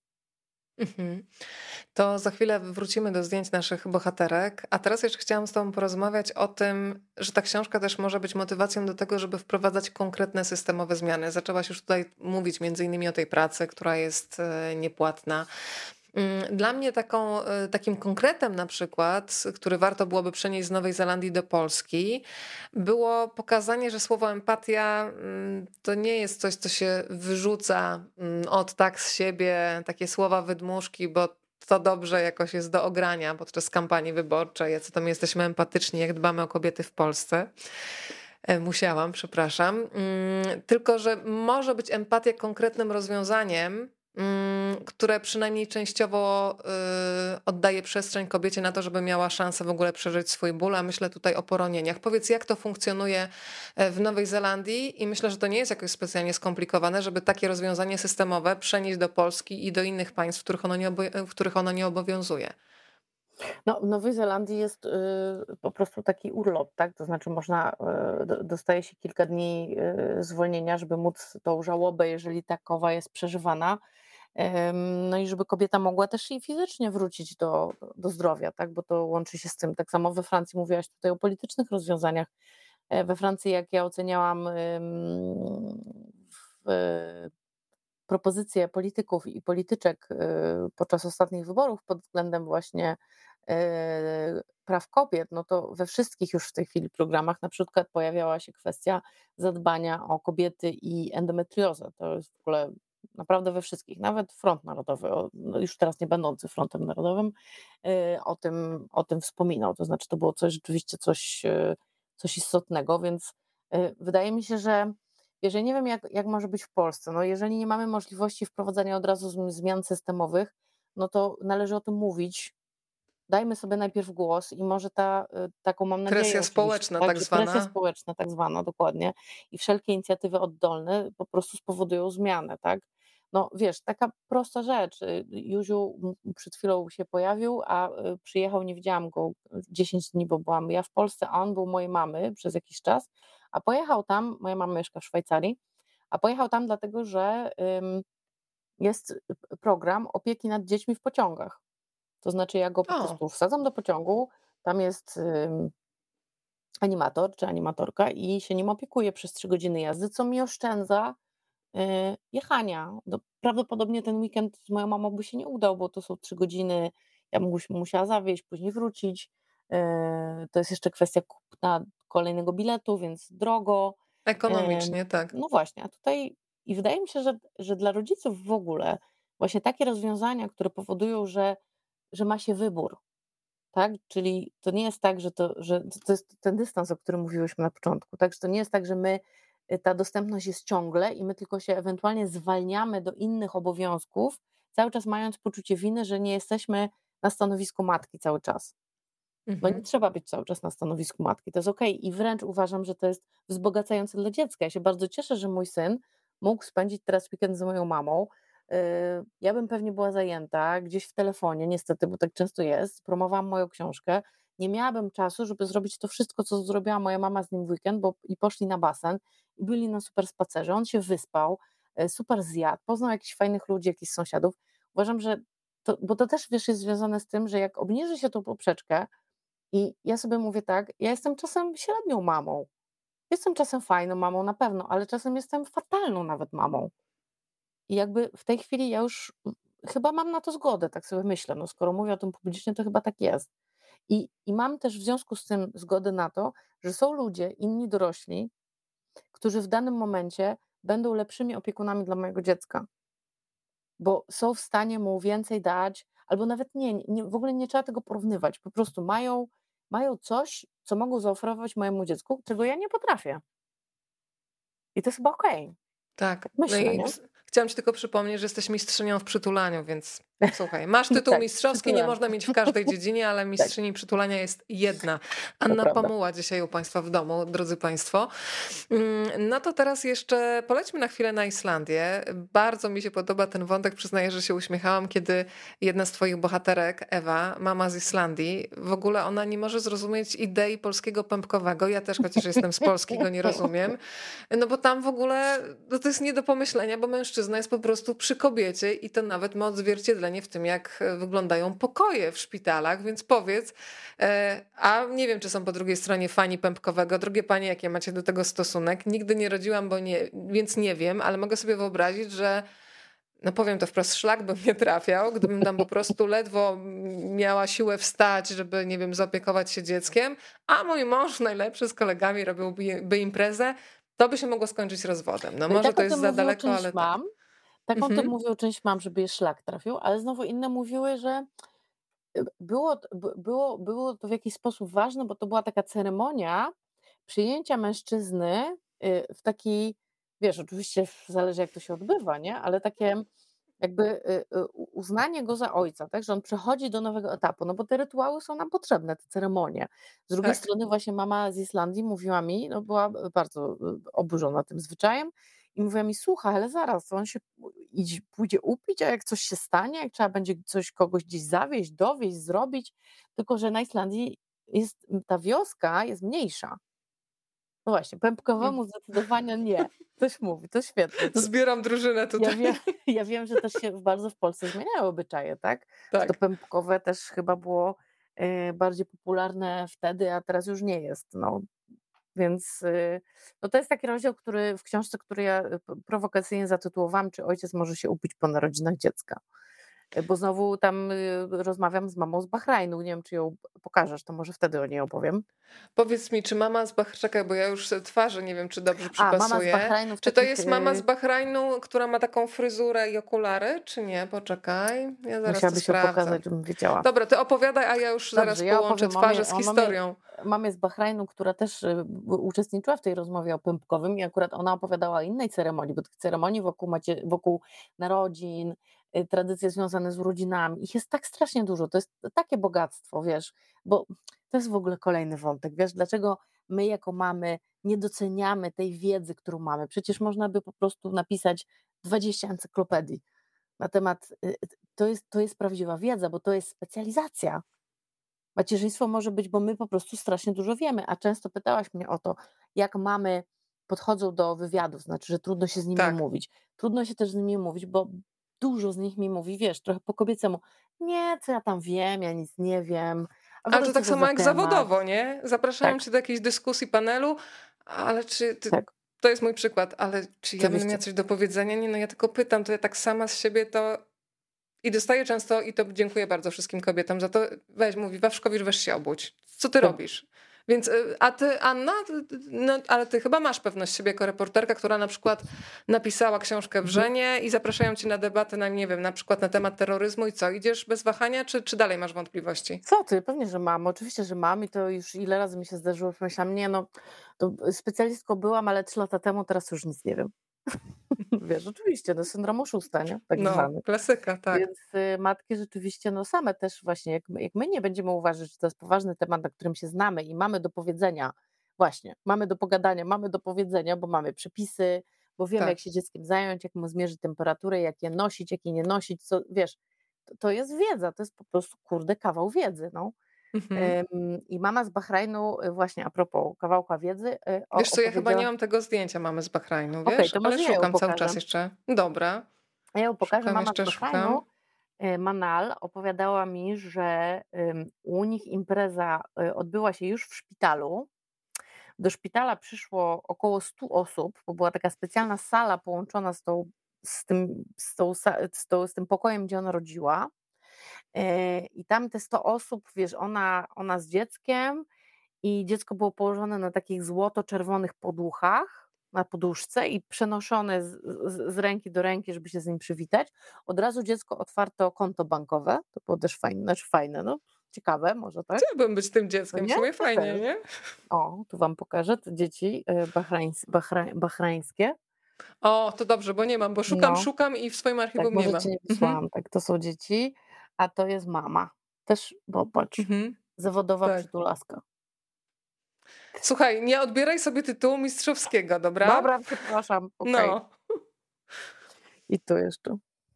To za chwilę wrócimy do zdjęć naszych bohaterek, a teraz jeszcze chciałam z tobą porozmawiać o tym, że ta książka też może być motywacją do tego, żeby wprowadzać konkretne systemowe zmiany. Zaczęłaś już tutaj mówić między innymi o tej pracy, która jest niepłatna. Dla mnie takim konkretem na przykład, który warto byłoby przenieść z Nowej Zelandii do Polski, było pokazanie, że słowo empatia to nie jest coś, co się wyrzuca od tak z siebie, takie słowa wydmuszki, bo to dobrze jakoś jest do ogrania podczas kampanii wyborczej, jacy to my jesteśmy empatyczni, jak dbamy o kobiety w Polsce. Musiałam, przepraszam. Tylko, że może być empatia konkretnym rozwiązaniem, które przynajmniej częściowo oddaje przestrzeń kobiecie na to, żeby miała szansę w ogóle przeżyć swój ból, a myślę tutaj o poronieniach. Powiedz, jak to funkcjonuje w Nowej Zelandii i myślę, że to nie jest jakoś specjalnie skomplikowane, żeby takie rozwiązanie systemowe przenieść do Polski i do innych państw, w których ono nie obowiązuje. No, w Nowej Zelandii jest po prostu taki urlop, tak? To znaczy dostaje się kilka dni zwolnienia, żeby móc tą żałobę, jeżeli takowa jest przeżywana, no i żeby kobieta mogła też i fizycznie wrócić do zdrowia, tak? Bo to łączy się z tym. Tak samo we Francji mówiłaś tutaj o politycznych rozwiązaniach. We Francji, jak ja oceniałam propozycje polityków i polityczek podczas ostatnich wyborów pod względem właśnie praw kobiet, no to we wszystkich już w tej chwili programach na przykład pojawiała się kwestia zadbania o kobiety i endometriozę. To jest w ogóle naprawdę we wszystkich, nawet Front Narodowy, no już teraz nie będący Frontem Narodowym, o tym wspominał. To znaczy to było rzeczywiście coś istotnego, więc wydaje mi się, że jeżeli nie wiem, jak może być w Polsce, no jeżeli nie mamy możliwości wprowadzania od razu zmian systemowych, no to należy o tym mówić. Dajmy sobie najpierw głos i może taką mam nadzieję Presja oczywiście, społeczna tak, tak że presja zwana. społeczna tak zwana, dokładnie, i wszelkie inicjatywy oddolne po prostu spowodują zmianę, tak? No wiesz, taka prosta rzecz. Józiu przed chwilą się pojawił, a przyjechał, nie widziałam go 10 dni, bo byłam ja w Polsce, a on był u mojej mamy przez jakiś czas, a pojechał tam, moja mama mieszka w Szwajcarii, a pojechał tam dlatego, że jest program opieki nad dziećmi w pociągach. To znaczy ja go po O, prostu wsadzam do pociągu, tam jest animator czy animatorka i się nim opiekuje przez 3 godziny jazdy, co mi oszczędza jechania. Prawdopodobnie ten weekend z moją mamą by się nie udał, bo to są 3 godziny, ja bym musiała zawieźć, później wrócić. To jest jeszcze kwestia kupna kolejnego biletu, więc drogo. ekonomicznie, tak. No właśnie, a tutaj i wydaje mi się, że dla rodziców w ogóle właśnie takie rozwiązania, które powodują, że ma się wybór, tak? Czyli to nie jest tak, że to jest ten dystans, o którym mówiłyśmy na początku, tak? Że to nie jest tak, że ta dostępność jest ciągle i my tylko się ewentualnie zwalniamy do innych obowiązków, cały czas mając poczucie winy, że nie jesteśmy na stanowisku matki cały czas. No nie trzeba być cały czas na stanowisku matki, to jest okej. I wręcz uważam, że to jest wzbogacające dla dziecka. Ja się bardzo cieszę, że mój syn mógł spędzić teraz weekend z moją mamą. Ja bym pewnie była zajęta gdzieś w telefonie, niestety, bo tak często jest. Promowałam moją książkę. Nie miałabym czasu, żeby zrobić to wszystko, co zrobiła moja mama z nim w weekend, i poszli na basen i byli na super spacerze. On się wyspał, super zjadł, poznał jakichś fajnych ludzi, jakichś sąsiadów. Uważam, że bo to też, wiesz, jest związane z tym, że jak obniży się tą poprzeczkę, i ja sobie mówię tak, ja jestem czasem średnią mamą, jestem czasem fajną mamą na pewno, ale czasem jestem fatalną nawet mamą. I jakby w tej chwili ja już chyba mam na to zgodę, tak sobie myślę, no skoro mówię o tym publicznie, to chyba tak jest. I mam też w związku z tym zgodę na to, że są ludzie, inni dorośli, którzy w danym momencie będą lepszymi opiekunami dla mojego dziecka, bo są w stanie mu więcej dać, albo nawet w ogóle nie trzeba tego porównywać, po prostu mają coś, co mogą zaoferować mojemu dziecku, czego ja nie potrafię. I to jest chyba okej. Tak. Tak No myślę, i nie? chciałam ci tylko przypomnieć, że jesteś mistrzynią w przytulaniu, więc słuchaj, masz tytuł Tak, mistrzowski, nie przytulam. można mieć w każdej dziedzinie, ale Tak, mistrzyni przytulania jest jedna. to Anna prawda. Pamuła dzisiaj u Państwa w domu, drodzy Państwo. No to teraz jeszcze polećmy na chwilę na Islandię. Bardzo mi się podoba ten wątek, przyznaję, że się uśmiechałam, kiedy jedna z twoich bohaterek, Ewa, mama z Islandii, w ogóle ona nie może zrozumieć idei polskiego pępkowego. Ja też, chociaż jestem z Polski, go nie rozumiem. No bo tam w ogóle to jest nie do pomyślenia, bo mężczyzna jest po prostu przy kobiecie i to nawet ma odzwierciedlenie w tym, jak wyglądają pokoje w szpitalach, więc powiedz, a nie wiem, czy są po drugiej stronie fani pępkowego, drugie panie, jakie macie do tego stosunek. Nigdy nie rodziłam, więc nie wiem, ale mogę sobie wyobrazić, że no powiem to wprost, szlak by mnie trafiał, gdybym tam po prostu ledwo miała siłę wstać, żeby, nie wiem, zaopiekować się dzieckiem, a mój mąż najlepszy z kolegami robiłby imprezę, to by się mogło skończyć rozwodem. No No i może tak to o jest tym za mówił daleko, część ale tak. mam, taką tym Mhm. mówił część mam, żeby je szlak trafił, ale znowu inne mówiły, że było to w jakiś sposób ważne, bo to była taka ceremonia przyjęcia mężczyzny w taki, wiesz, oczywiście zależy jak to się odbywa, nie? Ale takie jakby uznanie go za ojca, tak? Że on przechodzi do nowego etapu, no bo te rytuały są nam potrzebne, te ceremonie. Z drugiej Tak. strony właśnie mama z Islandii mówiła mi, no była bardzo oburzona tym zwyczajem i mówiła mi, słuchaj, ale zaraz, on się pójdzie upić, a jak coś się stanie, jak trzeba będzie coś kogoś gdzieś zawieźć, dowieźć, zrobić, tylko że na Islandii ta wioska jest mniejsza. No właśnie, pępkowemu zdecydowanie nie. Ktoś mówi, to świetnie. Zbieram drużynę Ja tutaj. wiem, ja wiem, że też się bardzo w Polsce zmieniały obyczaje, tak? Że to Tak. pępkowe też chyba było bardziej popularne wtedy, a teraz już nie jest. No. Więc no to jest taki rozdział, który w książce, który ja prowokacyjnie zatytułowałam, czy ojciec może się upić po narodzinach dziecka. Bo znowu tam rozmawiam z mamą z Bahrajnu, nie wiem, czy ją pokażesz, to może wtedy o niej opowiem. Powiedz mi, czy mama z Bahrajnu, czekaj, bo ja już twarzy nie wiem, czy dobrze Mama z przypasuję. Bahrajnu w Czy to takich, jest mama z Bahrajnu, która ma taką fryzurę i okulary, czy nie? Poczekaj, ja zaraz to musiałabyś ją sprawdzę. pokazać, żebym wiedziała. Dobra, ty opowiadaj, a ja już zaraz Dobrze, ja połączę opowiem twarze z historią. mamie z Bahrajnu, która też uczestniczyła w tej rozmowie o pępkowym i akurat ona opowiadała o innej ceremonii, bo tych ceremonii wokół narodzin, tradycje związane z urodzinami, ich jest tak strasznie dużo, to jest takie bogactwo, wiesz, bo to jest w ogóle kolejny wątek, wiesz, dlaczego my jako mamy nie doceniamy tej wiedzy, którą mamy, przecież można by po prostu napisać 20 encyklopedii na temat, to jest prawdziwa wiedza, bo to jest specjalizacja. Macierzyństwo może być, bo my po prostu strasznie dużo wiemy, a często pytałaś mnie o to, jak mamy podchodzą do wywiadów, znaczy, że trudno się z nimi Tak. umówić. Trudno się też z nimi umówić, bo dużo z nich mi mówi, wiesz, trochę po kobiecemu, nie, co ja tam wiem, ja nic nie wiem. A w Ale ogóle to co tak samo za jak temat? zawodowo, nie? Zapraszają Tak, cię do jakiejś dyskusji, panelu, ale czy ty, tak, to jest mój przykład, ale czy ja będę miała oczywiście. coś do powiedzenia? Nie, no ja tylko pytam, to ja tak sama z siebie to i dostaję często, i to dziękuję bardzo wszystkim kobietom za to, weź, mówi, Wawrzkowicz, weź się obudź. Co ty Tak. robisz? Więc, a ty, Anna, no, ale ty chyba masz pewność siebie jako reporterka, która na przykład napisała książkę Wrzenie i zapraszają cię na debatę, na, nie wiem, na przykład na temat terroryzmu i co, idziesz bez wahania, czy dalej masz wątpliwości? Co ty? Pewnie, że mam. Oczywiście, że mam i to już ile razy mi się zdarzyło, że myślałam, nie no, to specjalistką byłam, ale 3 lata temu, teraz już nic nie wiem. Wiesz, oczywiście, no syndrom oszusta, nie? Tak No, zwany. klasyka, tak. Więc matki rzeczywiście, no same też właśnie, jak my nie będziemy uważać, że to jest poważny temat, na którym się znamy i mamy do powiedzenia, właśnie, mamy do pogadania, mamy do powiedzenia, bo mamy przepisy, bo wiemy, Tak. jak się dzieckiem zająć, jak mu zmierzyć temperaturę, jak je nosić, jak je nie nosić, co, wiesz, to jest wiedza, to jest po prostu, kurde, kawał wiedzy, no. Mhm. I mama z Bahrajnu, właśnie a propos kawałka wiedzy, Wiesz co, ja chyba nie opowiedziała... mam tego zdjęcia mamy z Bahrajnu, Okej, wiesz? to Ale może ja ją szukam cały czas pokażę. jeszcze. Dobra, Ja ją pokażę, szukam mama z jeszcze, Bahrajnu, szukam. Manal opowiadała mi, że u nich impreza odbyła się już w szpitalu. Do szpitala przyszło około 100 osób, bo była taka specjalna sala połączona z tym pokojem, gdzie ona rodziła. I tam te 100 osób, wiesz, ona z dzieckiem i dziecko było położone na takich złoto-czerwonych poduchach, na poduszce i przenoszone z ręki do ręki, żeby się z nim przywitać. Od razu dziecko otwarto konto bankowe, to było też fajne, znaczy fajne, no ciekawe może, tak? Chciałabym być tym No dzieckiem, w nie? sumie Ja fajnie, też. nie? O, tu wam pokażę te dzieci bahrańskie. O, to dobrze, bo nie mam, bo szukam, No, szukam i w swoim tak, archiwum nie może mam. ci nie Mhm. wysłałam, tak, to są dzieci, a to jest mama. Też, bo patrz, Mhm. zawodowa Tak. przytulaska. Słuchaj, nie odbieraj sobie tytułu mistrzowskiego, dobra? Dobra, przepraszam, okej. No. I tu jeszcze.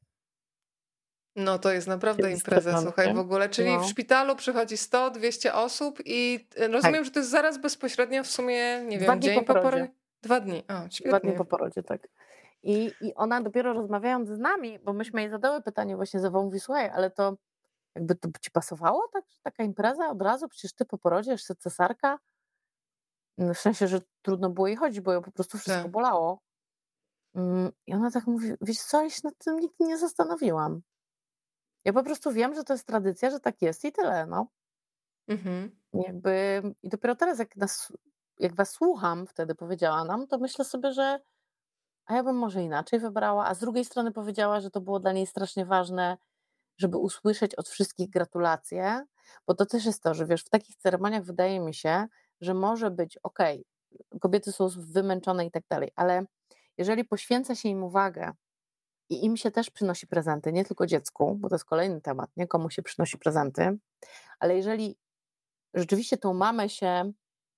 No to jest naprawdę impreza, Wystawione, słuchaj, w nie? ogóle. Czyli w No, szpitalu przychodzi 100-200 osób i tak. rozumiem, że to jest zaraz bezpośrednio w sumie, nie 2 wiem, dni po dzień po porodzie. porodzie? 2 dni. O, 2 dni świetnie. po porodzie, tak. I ona dopiero rozmawiając z nami, bo myśmy jej zadały pytanie właśnie za mówi, słuchaj, ale to jakby to by ci pasowało, tak, taka impreza od razu? Przecież ty po porodzie, jeszcze cesarka. W sensie, że trudno było jej chodzić, bo ją po prostu wszystko Tak. bolało. I ona tak mówi, wiesz co, ja się nad tym nigdy nie zastanowiłam. Ja po prostu wiem, że to jest tradycja, że tak jest i tyle, no. Mhm. I dopiero teraz, jak was słucham, wtedy powiedziała nam, to myślę sobie, że a ja bym może inaczej wybrała, a z drugiej strony powiedziała, że to było dla niej strasznie ważne, żeby usłyszeć od wszystkich gratulacje, bo to też jest to, że wiesz, w takich ceremoniach wydaje mi się, że może być okej, kobiety są wymęczone i tak dalej, ale jeżeli poświęca się im uwagę i im się też przynosi prezenty, nie tylko dziecku, bo to jest kolejny temat, nie, komu się przynosi prezenty, ale jeżeli rzeczywiście tą mamę się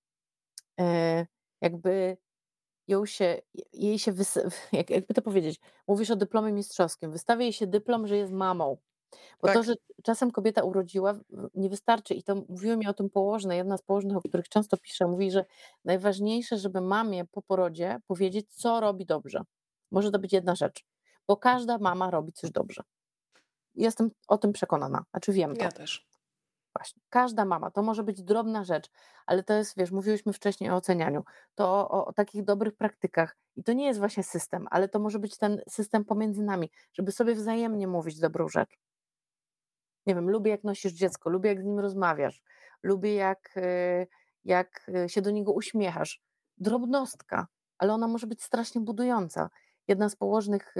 jakby jej się jakby to powiedzieć, mówisz o dyplomie mistrzowskim, wystawia jej się dyplom, że jest mamą, bo to, Tak. że czasem kobieta urodziła, nie wystarczy i to mówiły mi o tym położne, jedna z położnych, o których często piszę, mówi, że najważniejsze, żeby mamie po porodzie powiedzieć, co robi dobrze. Może to być jedna rzecz, bo każda mama robi coś dobrze. Jestem o tym przekonana, znaczy wiem to. Ja też. Właśnie. Każda mama, to może być drobna rzecz, ale to jest, wiesz, mówiłyśmy wcześniej o ocenianiu, to o takich dobrych praktykach i to nie jest właśnie system, ale to może być ten system pomiędzy nami, żeby sobie wzajemnie mówić dobrą rzecz. Nie wiem, lubię jak nosisz dziecko, lubię jak z nim rozmawiasz, lubię jak się do niego uśmiechasz. Drobnostka, ale ona może być strasznie budująca. Jedna z położnych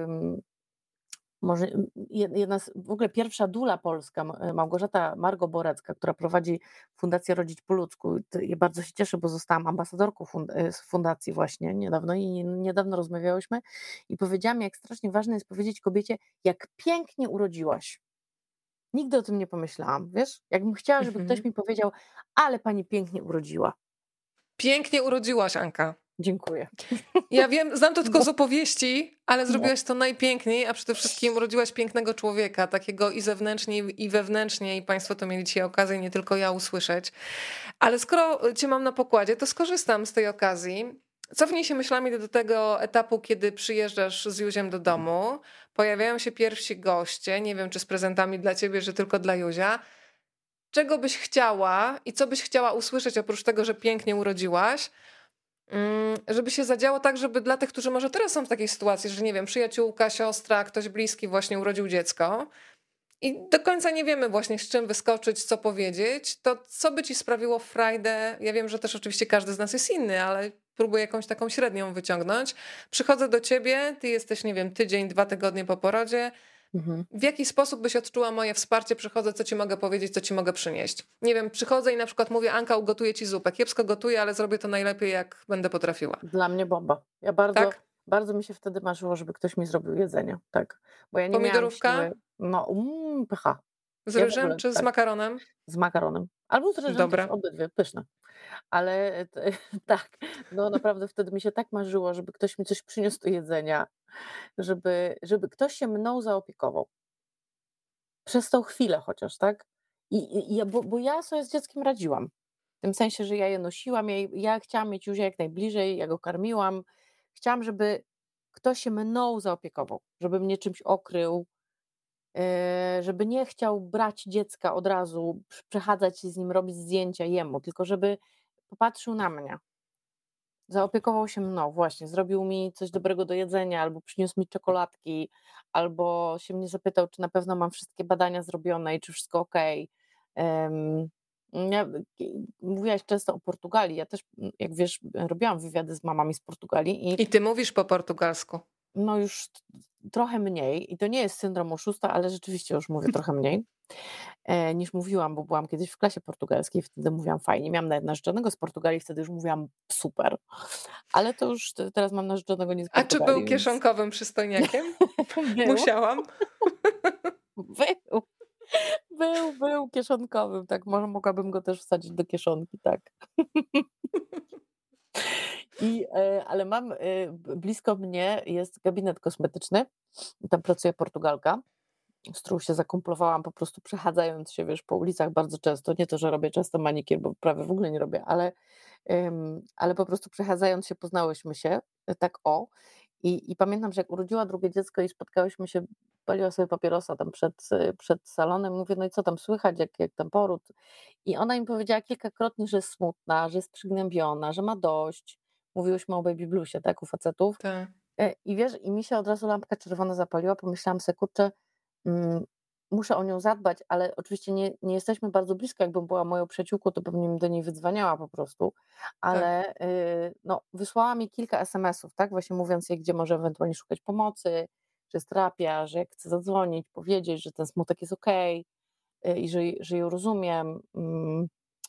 może jedna z, w ogóle pierwsza dula polska, Małgorzata Margo-Borecka, która prowadzi Fundację Rodzić po ludzku. Ja bardzo się cieszę, bo zostałam ambasadorką z fundacji właśnie niedawno i niedawno rozmawiałyśmy i powiedziałam, jak strasznie ważne jest powiedzieć kobiecie, jak pięknie urodziłaś. Nigdy o tym nie pomyślałam, wiesz? Jakbym chciała, żeby ktoś mi powiedział, ale pani pięknie urodziła. Pięknie urodziłaś, Anka. Dziękuję. Ja wiem, znam to tylko z opowieści, ale zrobiłaś to najpiękniej, a przede wszystkim urodziłaś pięknego człowieka, takiego i zewnętrznie, i wewnętrznie, i państwo to mieli dzisiaj okazję, nie tylko ja usłyszeć. Ale skoro cię mam na pokładzie, to skorzystam z tej okazji. Cofnij się myślami do tego etapu, kiedy przyjeżdżasz z Juziem do domu, pojawiają się pierwsi goście, nie wiem, czy z prezentami dla ciebie, czy tylko dla Juzia. Czego byś chciała i co byś chciała usłyszeć, oprócz tego, że pięknie urodziłaś, żeby się zadziało tak, żeby dla tych, którzy może teraz są w takiej sytuacji, że nie wiem, przyjaciółka, siostra, ktoś bliski właśnie urodził dziecko i do końca nie wiemy właśnie z czym wyskoczyć, co powiedzieć, to co by ci sprawiło frajdę? Ja wiem, że też oczywiście każdy z nas jest inny, ale próbuję jakąś taką średnią wyciągnąć. Przychodzę do ciebie, ty jesteś, nie wiem, tydzień, 2 tygodnie po porodzie. W jaki sposób byś odczuła moje wsparcie? Przychodzę, co ci mogę powiedzieć, co ci mogę przynieść? Nie wiem, przychodzę i na przykład mówię, Anka, ugotuję ci zupę. Kiepsko gotuję, ale zrobię to najlepiej, jak będę potrafiła. Dla mnie bomba. Ja Tak? bardzo mi się wtedy marzyło, żeby ktoś mi zrobił jedzenie, tak. Bo ja nie miałam Pomidorówka? siły. No, pycha. Z Ja w ryżem ogóle, czy z tak, makaronem? z makaronem. Albo z ryżem też, Dobra. obydwie, pyszne. Ale tak, no naprawdę wtedy mi się tak marzyło, żeby ktoś mi coś przyniósł do jedzenia, żeby ktoś się mną zaopiekował. Przez tą chwilę chociaż, tak? Bo ja sobie z dzieckiem radziłam. W tym sensie, że ja je nosiłam, ja chciałam mieć Józia jak najbliżej, ja go karmiłam. Chciałam, żeby ktoś się mną zaopiekował, żeby mnie czymś okrył, żeby nie chciał brać dziecka od razu, przechadzać się z nim, robić zdjęcia jemu, tylko żeby popatrzył na mnie. Zaopiekował się mną, właśnie, zrobił mi coś dobrego do jedzenia, albo przyniósł mi czekoladki, albo się mnie zapytał, czy na pewno mam wszystkie badania zrobione i czy wszystko okej. Mówiłaś często o Portugalii, ja też, jak wiesz, robiłam wywiady z mamami z Portugalii I ty mówisz po portugalsku. no już trochę mniej i to nie jest syndrom oszusta, ale rzeczywiście już mówię trochę mniej niż mówiłam, bo byłam kiedyś w klasie portugalskiej, wtedy mówiłam fajnie. Miałam nawet narzeczonego z Portugalii, wtedy już mówiłam super, ale to już teraz mam narzeczonego nie z A czy Portugalii. był kieszonkowym przystojniakiem? Był. Musiałam. Był kieszonkowym, tak, może mogłabym go też wsadzić do kieszonki, tak. Ale mam blisko mnie jest gabinet kosmetyczny, tam pracuje Portugalka, z którą się zakumplowałam po prostu przechadzając się, wiesz, po ulicach bardzo często, nie to, że robię często manikier, bo prawie w ogóle nie robię, ale po prostu przechadzając się poznałyśmy się, tak o, i pamiętam, że jak urodziła drugie dziecko i spotkałyśmy się, paliła sobie papierosa tam przed salonem, mówię, no i co tam słychać, jak tam poród, i ona mi powiedziała kilkakrotnie, że jest smutna, że jest przygnębiona, że ma dość, mówiłyśmy o baby bluesie, tak, u facetów, Tak. i wiesz, i mi się od razu lampka czerwona zapaliła, pomyślałam sobie, kurczę, muszę o nią zadbać, ale oczywiście nie jesteśmy bardzo blisko, jakbym była moją przyjaciółką, to pewnie bym do niej wydzwaniała po prostu, ale no, wysłała mi kilka SMS-ów, tak, właśnie mówiąc jej, gdzie może ewentualnie szukać pomocy, że jest terapia, że jak chce zadzwonić, powiedzieć, że ten smutek jest okej i że ją rozumiem,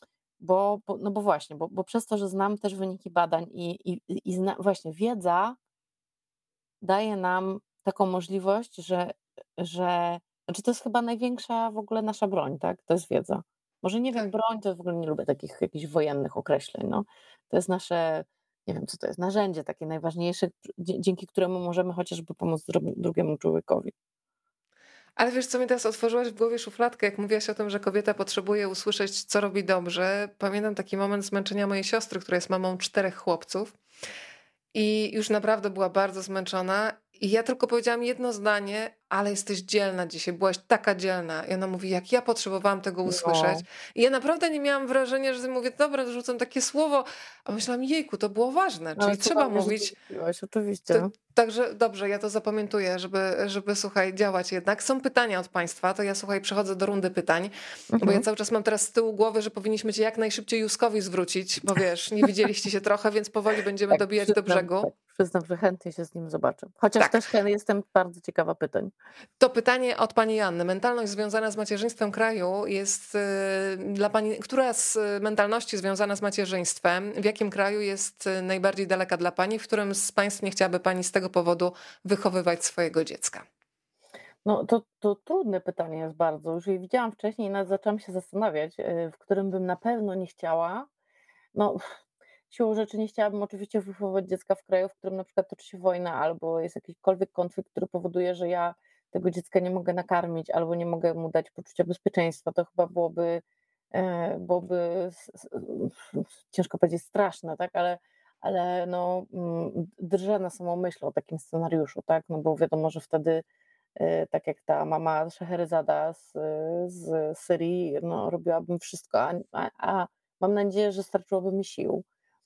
No bo właśnie, bo przez to, że znam też wyniki badań właśnie wiedza daje nam taką możliwość, że znaczy to jest chyba największa w ogóle nasza broń, tak? To jest wiedza. Może nie wiem, Tak. broń to w ogóle nie lubię takich jakichś wojennych określeń, no. To jest nasze, nie wiem co to jest, narzędzie takie najważniejsze, dzięki któremu możemy chociażby pomóc drugiemu człowiekowi. Ale wiesz, co mi teraz otworzyłaś w głowie szufladkę, jak mówiłaś o tym, że kobieta potrzebuje usłyszeć, co robi dobrze. Pamiętam taki moment zmęczenia mojej siostry, która jest mamą 4 chłopców i już naprawdę była bardzo zmęczona. I ja tylko powiedziałam jedno zdanie, ale jesteś dzielna dzisiaj, byłaś taka dzielna. I ona mówi, jak ja potrzebowałam tego usłyszeć. No, I ja naprawdę nie miałam wrażenia, że mówię, dobra, rzucam takie słowo, a myślałam, jejku, to było ważne, ale czyli trzeba cudownie, że to mówić. zrobiłaś, To, oczywiście. także dobrze, ja to zapamiętuję, żeby słuchaj, działać jednak. Są pytania od Państwa, to ja słuchaj, przechodzę do rundy pytań, bo ja cały czas mam teraz z tyłu głowy, że powinniśmy Cię jak najszybciej Józkowi zwrócić, bo wiesz, nie widzieliście się trochę, więc powoli będziemy dobijać do brzegu. Przyznam, że chętnie się z nim zobaczę. Chociaż Tak. też jestem bardzo ciekawa pytań. To pytanie od pani Janny. Mentalność związana z macierzyństwem kraju jest dla pani, która z mentalności związana z macierzyństwem, w jakim kraju jest najbardziej daleka dla pani, w którym z państw nie chciałaby pani z tego powodu wychowywać swojego dziecka? No to trudne pytanie jest bardzo. Już je widziałam wcześniej i nawet zaczęłam się zastanawiać, w którym bym na pewno nie chciała. No, siłą rzeczy nie chciałabym oczywiście wychowywać dziecka w kraju, w którym na przykład toczy się wojna albo jest jakikolwiek konflikt, który powoduje, że ja tego dziecka nie mogę nakarmić albo nie mogę mu dać poczucia bezpieczeństwa. To chyba byłoby ciężko powiedzieć straszne, tak? Ale no, drżę na samą myśl o takim scenariuszu, tak? No bo wiadomo, że wtedy tak jak ta mama Scheherazada z Syrii, no, robiłabym wszystko, a mam nadzieję, że starczyłoby mi sił.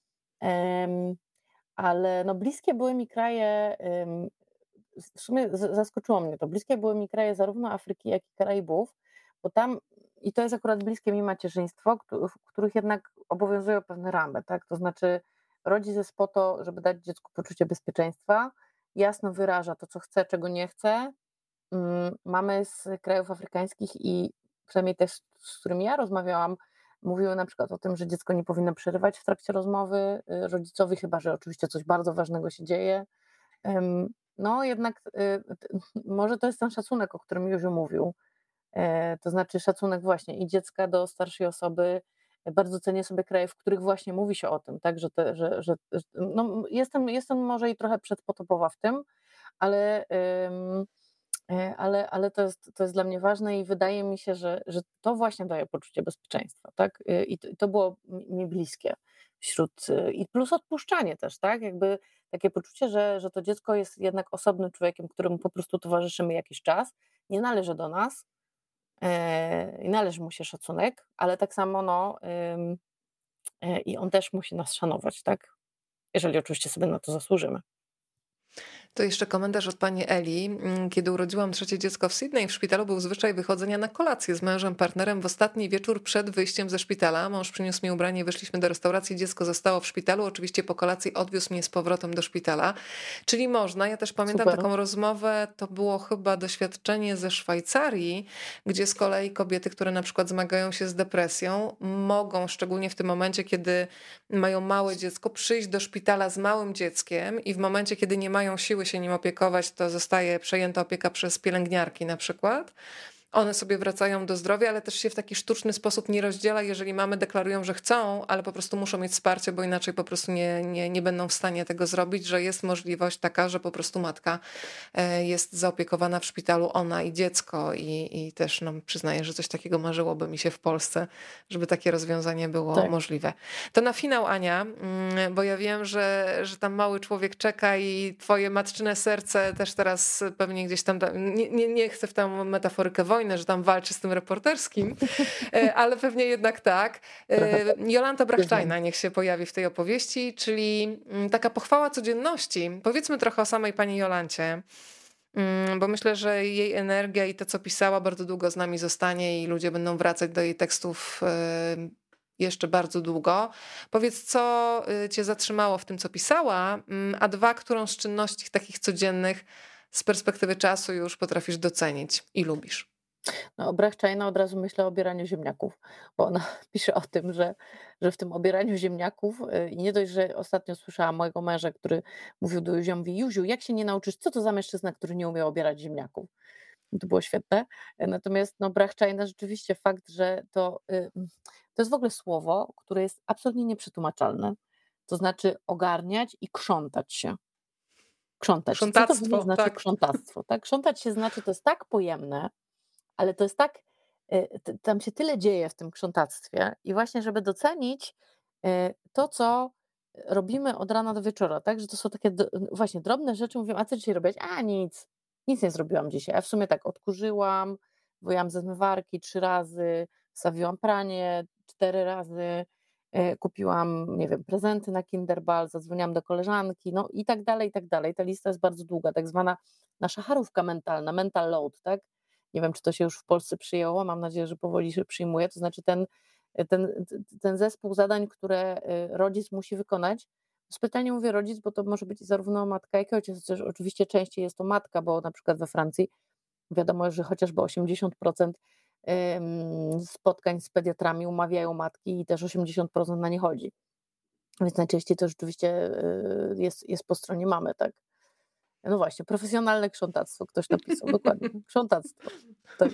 Ale no, bliskie były mi kraje, w sumie zaskoczyło mnie to, bliskie były mi kraje zarówno Afryki, jak i Karaibów, bo tam, i to jest akurat bliskie mi macierzyństwo, w których jednak obowiązują pewne ramy, tak? To znaczy rodzic jest po to, żeby dać dziecku poczucie bezpieczeństwa, jasno wyraża to, co chce, czego nie chce. Mamy z krajów afrykańskich i przynajmniej też z którymi ja rozmawiałam, mówiły na przykład o tym, że dziecko nie powinno przerywać w trakcie rozmowy rodzicowi, chyba że oczywiście coś bardzo ważnego się dzieje. No jednak może to jest ten szacunek, o którym Józiu mówił. To znaczy szacunek właśnie i dziecka do starszej osoby. Bardzo cenię sobie kraje, w których właśnie mówi się o tym, tak, że no, jestem może i trochę przedpotopowa w tym, ale ale to jest dla mnie ważne i wydaje mi się, że to właśnie daje poczucie bezpieczeństwa, tak? I to było mi bliskie i plus odpuszczanie też, tak? Jakby takie poczucie, że to dziecko jest jednak osobnym człowiekiem, któremu po prostu towarzyszymy jakiś czas, nie należy do nas i należy mu się szacunek, ale tak samo no i on też musi nas szanować, tak? Jeżeli oczywiście sobie na to zasłużymy. To jeszcze komentarz od pani Eli. Kiedy urodziłam 3 dziecko w Sydney, w szpitalu był zwyczaj wychodzenia na kolację z mężem, partnerem w ostatni wieczór przed wyjściem ze szpitala. Mąż przyniósł mi ubranie, wyszliśmy do restauracji, dziecko zostało w szpitalu. Oczywiście po kolacji odwiózł mnie z powrotem do szpitala. Czyli można, ja też pamiętam Super. taką rozmowę, to było chyba doświadczenie ze Szwajcarii, gdzie z kolei kobiety, które na przykład zmagają się z depresją, mogą, szczególnie w tym momencie, kiedy mają małe dziecko, przyjść do szpitala z małym dzieckiem i w momencie, kiedy nie mają siły się nim opiekować, to zostaje przejęta opieka przez pielęgniarki na przykład. One sobie wracają do zdrowia, ale też się w taki sztuczny sposób nie rozdziela, jeżeli mamy deklarują, że chcą, ale po prostu muszą mieć wsparcie, bo inaczej po prostu nie będą w stanie tego zrobić, że jest możliwość taka, że po prostu matka jest zaopiekowana w szpitalu, ona i dziecko i też no, przyznaję, że coś takiego marzyłoby mi się w Polsce, żeby takie rozwiązanie było możliwe. To na finał, Ania, bo ja wiem, że tam mały człowiek czeka i twoje matczyne serce też teraz pewnie gdzieś tam, nie chcę w tę metaforykę wojny, że tam walczy z tym reporterskim, ale pewnie jednak tak. Jolanta Brachsteina niech się pojawi w tej opowieści, czyli taka pochwała codzienności. Powiedzmy trochę o samej pani Jolancie, bo myślę, że jej energia i to, co pisała, bardzo długo z nami zostanie i ludzie będą wracać do jej tekstów jeszcze bardzo długo. Powiedz, co cię zatrzymało w tym, co pisała, a 2, którą z czynności takich codziennych z perspektywy czasu już potrafisz docenić i lubisz? No, o Brechczajna od razu myślę o obieraniu ziemniaków, bo ona pisze o tym, że w tym obieraniu ziemniaków i nie dość, że ostatnio słyszałam mojego męża, który mówił do Józia, mówi: Józiu, jak się nie nauczysz, co to za mężczyzna, który nie umie obierać ziemniaków? To było świetne. Natomiast no, Brechczajna rzeczywiście fakt, że to jest w ogóle słowo, które jest absolutnie nieprzetłumaczalne. To znaczy ogarniać i krzątać się. Krzątać. Co to w ogóle Krzątactwo, znaczy tak. krzątactwo? Tak? Krzątać się znaczy, to jest tak pojemne, ale to jest tak, tam się tyle dzieje w tym krzątactwie i właśnie, żeby docenić to, co robimy od rana do wieczora, tak, że to są takie właśnie drobne rzeczy, mówią, a co dzisiaj robić? A nic nie zrobiłam dzisiaj, a w sumie tak odkurzyłam, wyjęłam ze zmywarki 3 razy, wstawiłam pranie 4 razy, kupiłam, nie wiem, prezenty na Kinderball, zadzwoniłam do koleżanki, no i tak dalej, i tak dalej. Ta lista jest bardzo długa, tak zwana nasza charówka mentalna, mental load, tak? Nie wiem, czy to się już w Polsce przyjęło, mam nadzieję, że powoli się przyjmuje, to znaczy ten zespół zadań, które rodzic musi wykonać. Specjalnie mówię rodzic, bo to może być zarówno matka, jak i ojciec, chociaż oczywiście częściej jest to matka, bo na przykład we Francji wiadomo, że chociażby 80% spotkań z pediatrami umawiają matki i też 80% na nie chodzi. Więc najczęściej to rzeczywiście jest po stronie mamy, tak? No właśnie, profesjonalne krzątactwo, ktoś napisał, dokładnie, krzątactwo. Tak.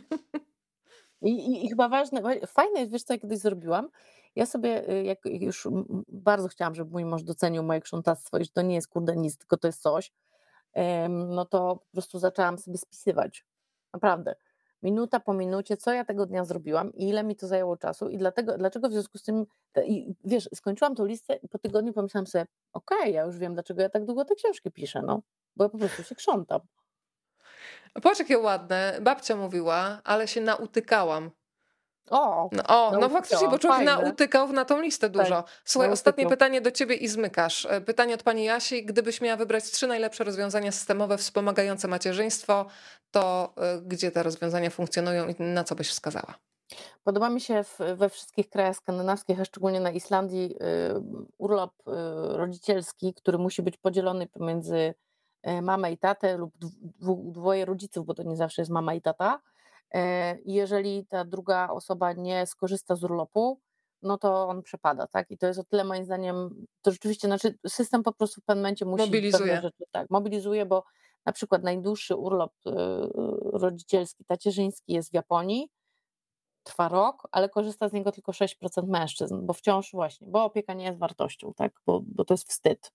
I chyba ważne, fajne jest, wiesz co, ja kiedyś zrobiłam, ja sobie, jak już bardzo chciałam, żeby mój mąż docenił moje krzątactwo i że to nie jest kurde nic, tylko to jest coś, no to po prostu zaczęłam sobie spisywać, naprawdę, minuta po minucie, co ja tego dnia zrobiłam i ile mi to zajęło czasu i dlaczego w związku z tym, i wiesz, skończyłam tą listę i po tygodniu pomyślałam sobie, okej, ja już wiem, dlaczego ja tak długo te książki piszę, no, bo ja po prostu się krzątam. Patrz, jakie ładne. Babcia mówiła, ale się nautykałam. O, No faktycznie, bo człowiek fajne. nautykał na tą listę dużo. Słuchaj, nautykał. ostatnie pytanie do ciebie i zmykasz. Pytanie od pani Jasi. Gdybyś miała wybrać 3 najlepsze rozwiązania systemowe wspomagające macierzyństwo, to gdzie te rozwiązania funkcjonują i na co byś wskazała? Podoba mi się we wszystkich krajach skandynawskich, a szczególnie na Islandii, urlop rodzicielski, który musi być podzielony pomiędzy mamę i tatę lub dwoje rodziców, bo to nie zawsze jest mama i tata. I jeżeli ta druga osoba nie skorzysta z urlopu, no to on przepada, tak? I to jest o tyle moim zdaniem, to rzeczywiście, znaczy system po prostu w pewnym momencie musi Mobilizuje. pewne rzeczy, tak, mobilizuje, bo na przykład najdłuższy urlop rodzicielski, tacierzyński jest w Japonii, trwa rok, ale korzysta z niego tylko 6% mężczyzn, bo wciąż właśnie, bo opieka nie jest wartością, tak? Bo to jest wstyd,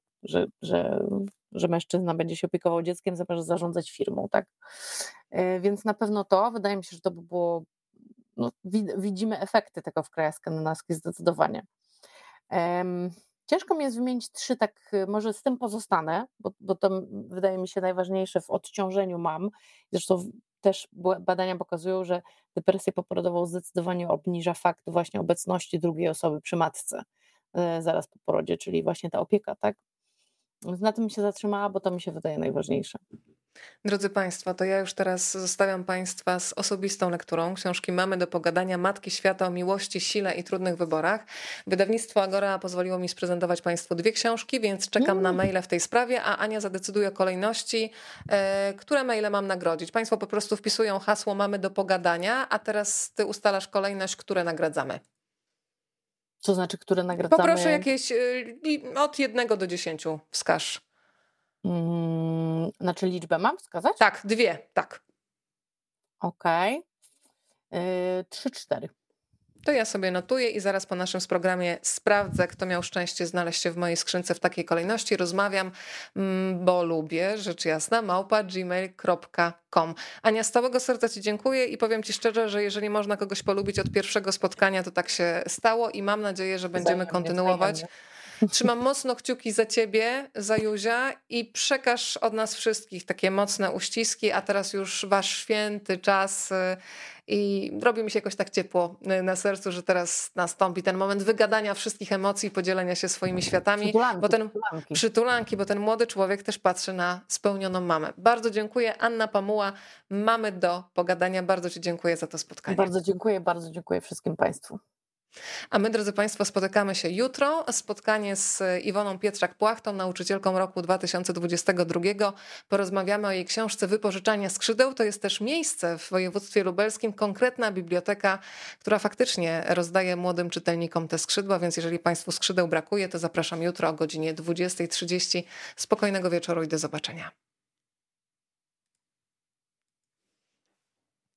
że mężczyzna będzie się opiekował dzieckiem, zamiast zarządzać firmą, tak? Więc na pewno to, wydaje mi się, że to by było, no, widzimy efekty tego w krajach skandynawskich zdecydowanie. Ciężko mi jest wymienić 3, tak może z tym pozostanę, bo to wydaje mi się najważniejsze w odciążeniu mam. Zresztą też badania pokazują, że depresję poporodową zdecydowanie obniża fakt właśnie obecności drugiej osoby przy matce zaraz po porodzie, czyli właśnie ta opieka, tak? Na tym się zatrzymała, bo to mi się wydaje najważniejsze. Drodzy Państwo, to ja już teraz zostawiam Państwa z osobistą lekturą książki Mamy do pogadania, Matki Świata o miłości, sile i trudnych wyborach. Wydawnictwo Agora pozwoliło mi sprezentować Państwu 2 książki, więc czekam na maile w tej sprawie, a Ania zadecyduje o kolejności, które maile mam nagrodzić. Państwo po prostu wpisują hasło Mamy do pogadania, a teraz Ty ustalasz kolejność, które nagradzamy. Co znaczy, które nagradzamy? Poproszę jakieś od 1 do 10 wskaż. Znaczy liczbę mam wskazać? Tak, 2, tak. Okej. 3, 4. To ja sobie notuję i zaraz po naszym programie sprawdzę, kto miał szczęście znaleźć się w mojej skrzynce w takiej kolejności. Rozmawiam, bo lubię, rzecz jasna, @gmail.com. Ania, z całego serca Ci dziękuję i powiem Ci szczerze, że jeżeli można kogoś polubić od pierwszego spotkania, to tak się stało i mam nadzieję, że będziemy kontynuować. Trzymam mocno kciuki za ciebie, za Juzia i przekaż od nas wszystkich takie mocne uściski, a teraz już wasz święty czas i robi mi się jakoś tak ciepło na sercu, że teraz nastąpi ten moment wygadania wszystkich emocji, podzielenia się swoimi światami. Przytulanki, bo ten młody człowiek też patrzy na spełnioną mamę. Bardzo dziękuję. Anna Pamuła, Mamy do pogadania. Bardzo Ci dziękuję za to spotkanie. Bardzo dziękuję wszystkim Państwu. A my, drodzy Państwo, spotykamy się jutro. Spotkanie z Iwoną Pietrzak-Płachtą, nauczycielką roku 2022. Porozmawiamy o jej książce Wypożyczania skrzydeł. To jest też miejsce w województwie lubelskim, konkretna biblioteka, która faktycznie rozdaje młodym czytelnikom te skrzydła, więc jeżeli Państwu skrzydeł brakuje, to zapraszam jutro o godzinie 20:30. Spokojnego wieczoru i do zobaczenia.